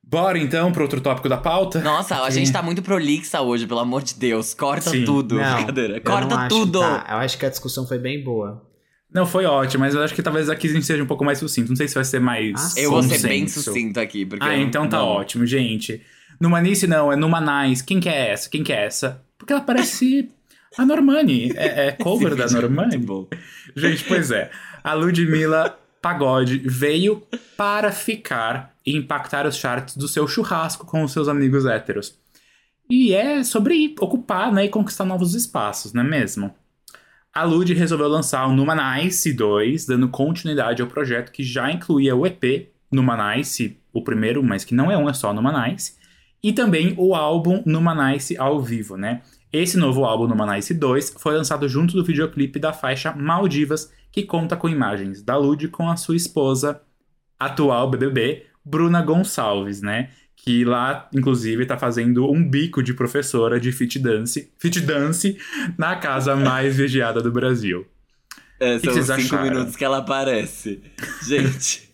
Bora então pro outro tópico da pauta? Nossa, a gente tá muito prolixa hoje, pelo amor de Deus. Corta Sim. tudo. Não, Brincadeira. eu Corta não acho tudo. que tá. Eu acho que a discussão foi bem boa. Não, foi ótimo, mas eu acho que talvez aqui a gente seja um pouco mais sucinto. Não sei se vai ser mais Eu vou ser bem consenso. sucinto aqui, porque... Então tá ótimo, gente. Numanice não, é Numanice. Quem que é essa? Quem que é essa? Porque ela parece a Normani. É cover da Normani. Muito bom. Gente, pois é. A Ludmilla Pagode veio para ficar e impactar os charts do seu churrasco com os seus amigos héteros. E é sobre ocupar, né, e conquistar novos espaços, não é mesmo? A Lud resolveu lançar o Numanice 2, dando continuidade ao projeto que já incluía o EP Numanice, o primeiro, mas que não é um, é só Numanice, e também o álbum Numanice ao vivo, né? Esse novo álbum, Numanice 2, foi lançado junto do videoclipe da faixa Maldivas, que conta com imagens da Lud com a sua esposa, atual BBB, Bruna Gonçalves, né? Que lá, inclusive, tá fazendo um bico de professora de fit dance na casa mais vigiada do Brasil. São vocês os 5 acharam? minutos que ela aparece. Gente,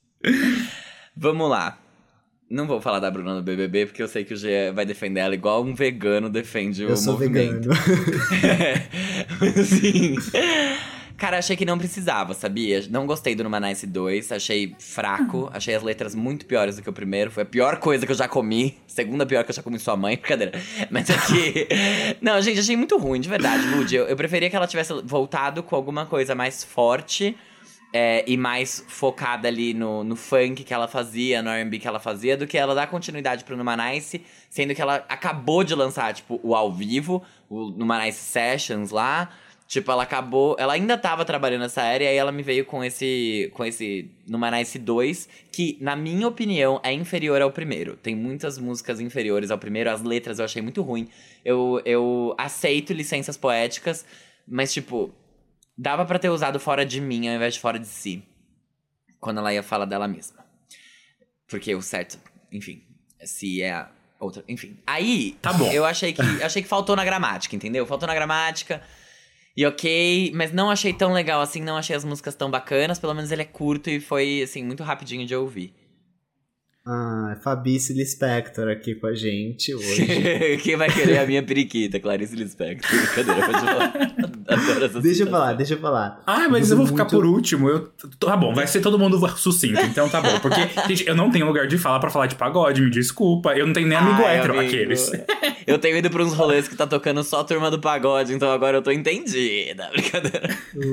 vamos lá. Não vou falar da Bruna no BBB, porque eu sei que o G vai defender ela igual um vegano defende o movimento. Eu sou vegano. Mas assim... Cara, achei que não precisava, sabia? Não gostei do Numanice 2, achei fraco, achei as letras muito piores do que o primeiro. Foi a pior coisa que eu já comi, segunda pior que eu já comi sua mãe, brincadeira. Mas aqui... Não, gente, achei muito ruim, de verdade, Lud. Eu preferia que ela tivesse voltado com alguma coisa mais forte e mais focada ali no funk que ela fazia, no R&B que ela fazia, do que ela dar continuidade pro Numanice, sendo que ela acabou de lançar, tipo, o ao vivo, o Numanice Sessions lá. Tipo, ela ainda tava trabalhando nessa área, e aí ela me veio com esse Numanice 2, que, na minha opinião, é inferior ao primeiro. Tem muitas músicas inferiores ao primeiro, as letras eu achei muito ruim. Eu aceito licenças poéticas, mas, tipo, dava pra ter usado Fora de Mim ao invés de Fora de Si, quando ela ia falar dela mesma. Porque o certo, enfim, se é a outra, enfim. Aí, Tá bom. eu achei que faltou na gramática, entendeu? Faltou na gramática... E ok, mas não achei tão legal assim, não achei as músicas tão bacanas. Pelo menos ele é curto e foi, assim, muito rapidinho de ouvir. Fabice Lispector aqui com a gente hoje. Quem vai querer a minha periquita? Clarice Lispector. Brincadeira, pode falar. Adoro essa Deixa citação. eu falar. Mas eu vou ficar por último. Tá bom, vai ser todo mundo sucinto, então tá bom. Porque, gente, eu não tenho lugar de fala pra falar de pagode, me desculpa. Eu não tenho nem amigo hétero, amigo. aqueles. Eu tenho ido pra uns rolês que tá tocando só a Turma do Pagode, então agora eu tô entendida. Brincadeira.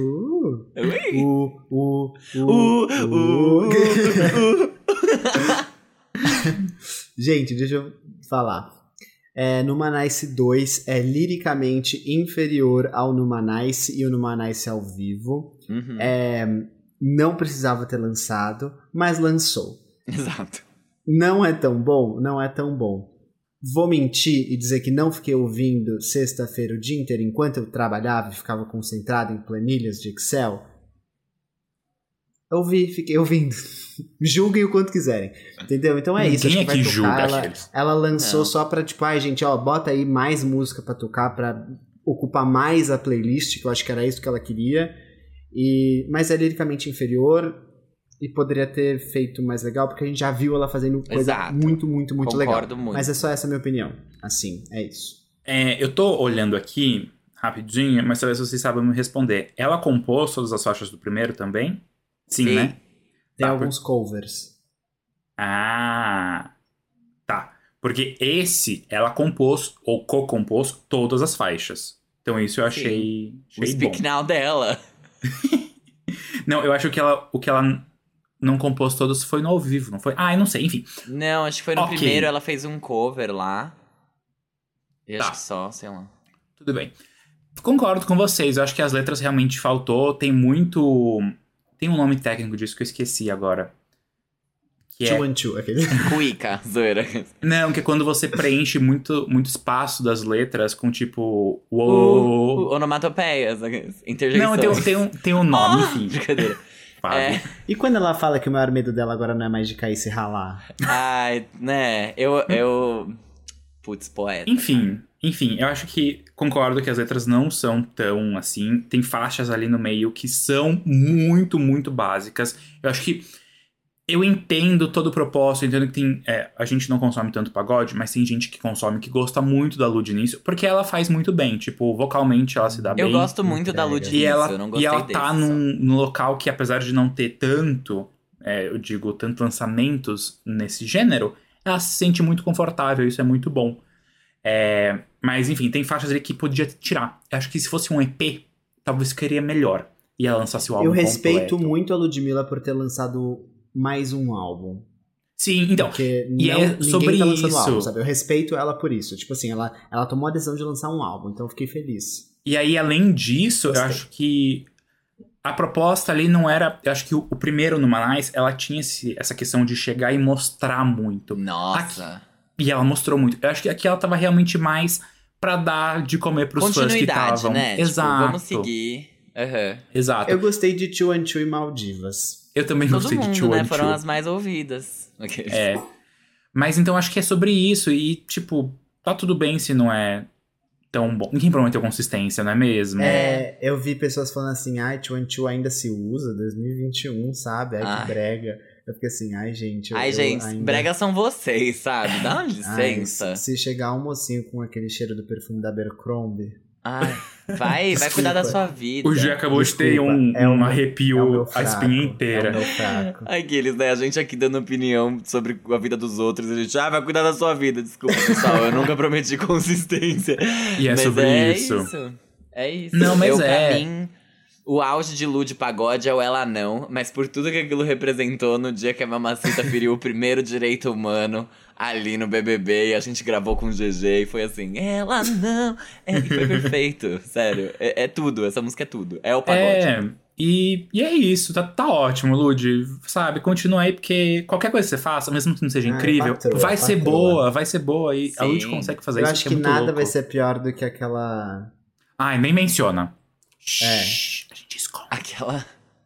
Gente, deixa eu falar. Numanice 2 é liricamente inferior ao Numanice e o Numanice ao vivo. Uhum. Não precisava ter lançado, mas lançou. Exato. Não é tão bom? Não é tão bom. Vou mentir e dizer que não fiquei ouvindo sexta-feira o dia inteiro enquanto eu trabalhava e ficava concentrado em planilhas de Excel? Fiquei ouvindo. Julguem o quanto quiserem. Entendeu? Então é isso. Acho que vai tocar. Ela lançou só pra, tipo, gente, bota aí mais música pra tocar, pra ocupar mais a playlist, que eu acho que era isso que ela queria. Mas é liricamente inferior e poderia ter feito mais legal, porque a gente já viu ela fazendo coisa muito, muito, muito legal. Concordo muito. Mas é só essa a minha opinião. Assim, é isso. Eu tô olhando aqui, rapidinho, mas talvez vocês saibam me responder. Ela compôs todas as faixas do primeiro também? Sim, né? Tem alguns covers. Tá. Porque ela compôs, ou co-compôs, todas as faixas. Então isso eu achei o Speak Now dela. Não, eu acho que o que ela não compôs todos foi no ao vivo, não foi? Eu não sei, enfim. Não, acho que foi no primeiro, ela fez um cover lá. Eu acho que só, sei lá. Tudo bem. Concordo com vocês, eu acho que as letras realmente faltou, tem um nome técnico disso que eu esqueci agora. Que Two and two, aquele. Cuica, zoeira. Não, que é quando você preenche muito espaço das letras com tipo... Onomatopeias, interjeições. Não, tem um nome, enfim. Brincadeira. E quando ela fala que o maior medo dela agora não é mais de cair e se ralar? Ai, né, Putz, poeta. Enfim, eu acho que concordo que as letras não são tão assim. Tem faixas ali no meio que são muito, muito básicas. Eu acho que Eu entendo todo o propósito, eu entendo que tem... a gente não consome tanto pagode, mas tem gente que consome, que gosta muito da Lud nisso, porque ela faz muito bem. Tipo, vocalmente ela se dá bem. Eu gosto muito da Lud nisso, eu não gostei E ela tá num local que, apesar de não ter tanto, eu digo, tanto lançamentos nesse gênero, ela se sente muito confortável, isso é muito bom. Mas, enfim, tem faixas ali que podia tirar. Eu acho que se fosse um EP, talvez ficaria melhor. E ela lançasse o álbum completo. Eu respeito muito a Ludmilla por ter lançado mais um álbum. Sim, então. Porque sobre tá lançando isso. álbum, sabe? Eu respeito ela por isso. Tipo assim, ela tomou a decisão de lançar um álbum, então eu fiquei feliz. E aí, além disso, eu acho que a proposta ali não era... Eu acho que o primeiro no Manais, ela tinha essa questão de chegar e mostrar muito. Nossa. E ela mostrou muito. Eu acho que aqui ela tava realmente mais pra dar de comer pros fãs que estavam. Né? Exato. Tipo, vamos seguir. Exato. Eu gostei de 212 e Maldivas. Eu também gostei de 212. Né? Foram as mais ouvidas. Okay. Mas então acho que é sobre isso. E, tipo, tá tudo bem se não é tão bom. Ninguém prometeu consistência, não é mesmo? Eu vi pessoas falando assim, 212 ainda se usa, 2021, sabe? Que brega. Eu fiquei assim, gente... bregas são vocês, sabe? Dá uma licença. Se chegar um mocinho com aquele cheiro do perfume da Abercrombie... Vai cuidar da sua vida. O Gê acabou de ter um arrepio a espinha inteira. Aqueles, né? A gente aqui dando opinião sobre a vida dos outros. A gente, vai cuidar da sua vida. Desculpa, pessoal. Eu nunca prometi consistência. E é sobre isso. É isso. Não, mas pra mim, o auge de Lud Pagode é o Ela Não. Mas por tudo que aquilo representou no dia que a Mamacita feriu o primeiro direito humano ali no BBB, e a gente gravou com o GG e foi assim, ela não... E foi perfeito, sério. É tudo, essa música é tudo. É o pagode. E é isso, tá ótimo, Lud. Sabe, continua aí, porque qualquer coisa que você faça, mesmo que não seja incrível, vai ser boa. E sim, a Lud consegue fazer isso. Eu acho que nada louco. Vai ser pior do que aquela... Nem menciona. A gente esconde. Aquela...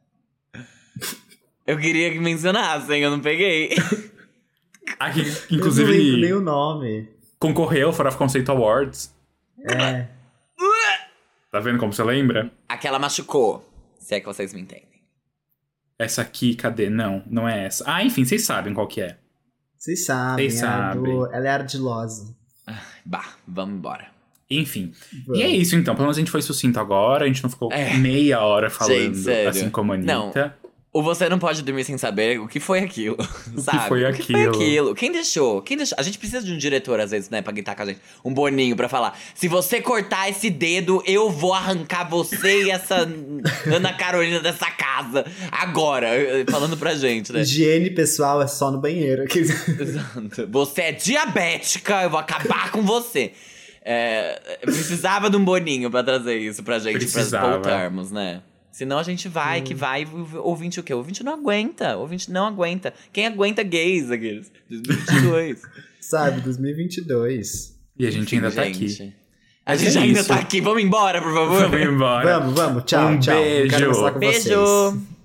Eu queria que mencionassem, eu não peguei. Aqui, inclusive, eu não lembro nem o nome. Concorreu ao Farofa Conceito Awards. Tá vendo como você lembra? Aquela machucou, se é que vocês me entendem. Essa aqui, cadê? Não é essa. Enfim, vocês sabem qual que é. Vocês sabem. Ela é ardilosa. Vamos embora. Enfim. E é isso, então. Pelo menos a gente foi sucinto agora. A gente não ficou meia hora falando, gente, assim como a Anitta. Não. Ou você não pode dormir sem saber o que foi aquilo, sabe? O que foi aquilo? Quem deixou? A gente precisa de um diretor, às vezes, né, pra gritar com a gente. Um Boninho pra falar, se você cortar esse dedo, eu vou arrancar você e essa Ana Carolina dessa casa. Agora, falando pra gente, né? Higiene pessoal é só no banheiro. Exato. Você é diabética, eu vou acabar com você. Precisava de um Boninho pra trazer isso pra gente, pra voltarmos, né? Senão a gente vai, o ouvinte o quê? O ouvinte não aguenta. Quem aguenta gays, aqueles? 2022. Sabe, 2022. E a gente ainda tá aqui. A gente ainda tá aqui. Vamos embora, por favor? Vamos embora. Vamos. Tchau. Beijo. Quero conversar com vocês. Beijo.